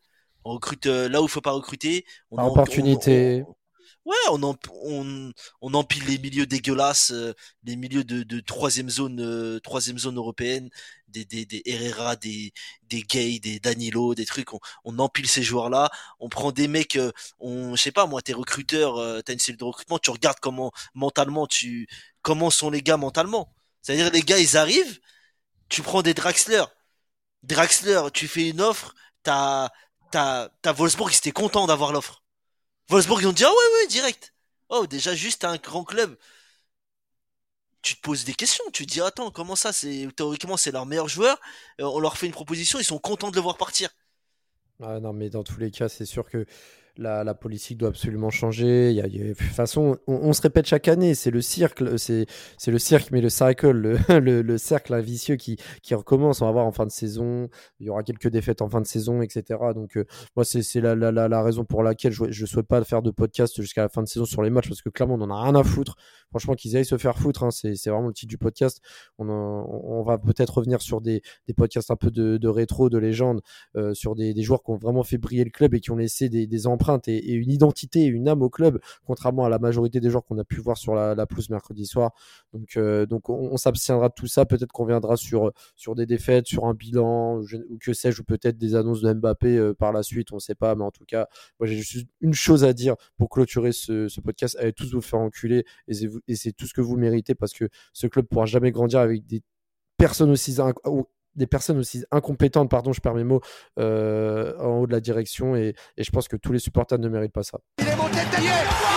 On recrute là où il faut pas recruter. Par opportunité. Ouais, on empile les milieux dégueulasses, les milieux de troisième zone européenne, des Herrera, des Gay, des Danilo, des trucs. On empile ces joueurs-là. On prend des mecs, je sais pas moi, t'es recruteur, t'as une cellule de recrutement, tu regardes comment sont les gars mentalement. C'est-à-dire les gars, ils arrivent, tu prends des Draxler, tu fais une offre, t'as Wolfsburg, ils étaient contents d'avoir l'offre. Wolfsburg, ils ont dit, ah ouais, direct. Oh, déjà, juste un grand club. Tu te poses des questions. Tu te dis, attends, comment ça, théoriquement, c'est leur meilleur joueur. On leur fait une proposition, ils sont contents de le voir partir. Ah non, mais dans tous les cas, c'est sûr que la politique doit absolument changer. De toute façon, on se répète chaque année, c'est le cirque, mais le cycle, le cercle vicieux qui recommence. On va voir en fin de saison, il y aura quelques défaites en fin de saison, etc. Donc moi, c'est la raison pour laquelle je souhaite pas faire de podcast jusqu'à la fin de saison sur les matchs, parce que clairement, on en a rien à foutre. Franchement, qu'ils aillent se faire foutre, hein, c'est vraiment le titre du podcast. On va peut-être revenir sur des podcasts un peu de rétro, de légende, sur des joueurs qui ont vraiment fait briller le club et qui ont laissé des empreintes et une identité et une âme au club, contrairement à la majorité des joueurs qu'on a pu voir sur la pelouse mercredi soir. Donc on s'abstiendra de tout ça. Peut-être qu'on viendra sur des défaites, sur un bilan, ou que sais-je, ou peut-être des annonces de Mbappé par la suite, on ne sait pas. Mais en tout cas, moi j'ai juste une chose à dire pour clôturer ce podcast: allez tous vous faire enculer, et c'est tout ce que vous méritez, parce que ce club ne pourra jamais grandir avec des personnes aussi incompétentes, je perds mes mots, en haut de la direction, et je pense que tous les supporters ne méritent pas ça. Il est monté taillé.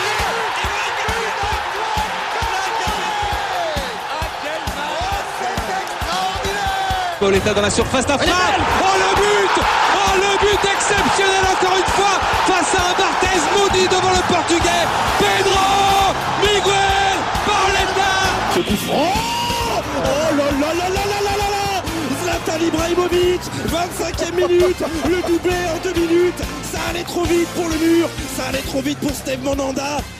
Pauletta dans la surface d'affaire. Oh le but exceptionnel encore une fois face à un Barthez maudit devant le Portugais. Pedro Miguel Pauletta. Ce coup franc. Oh là là là là là là là là. Zlatan Ibrahimovic, 25e minute, le doublé en 2 minutes. Ça allait trop vite pour le mur, ça allait trop vite pour Steve Mandanda.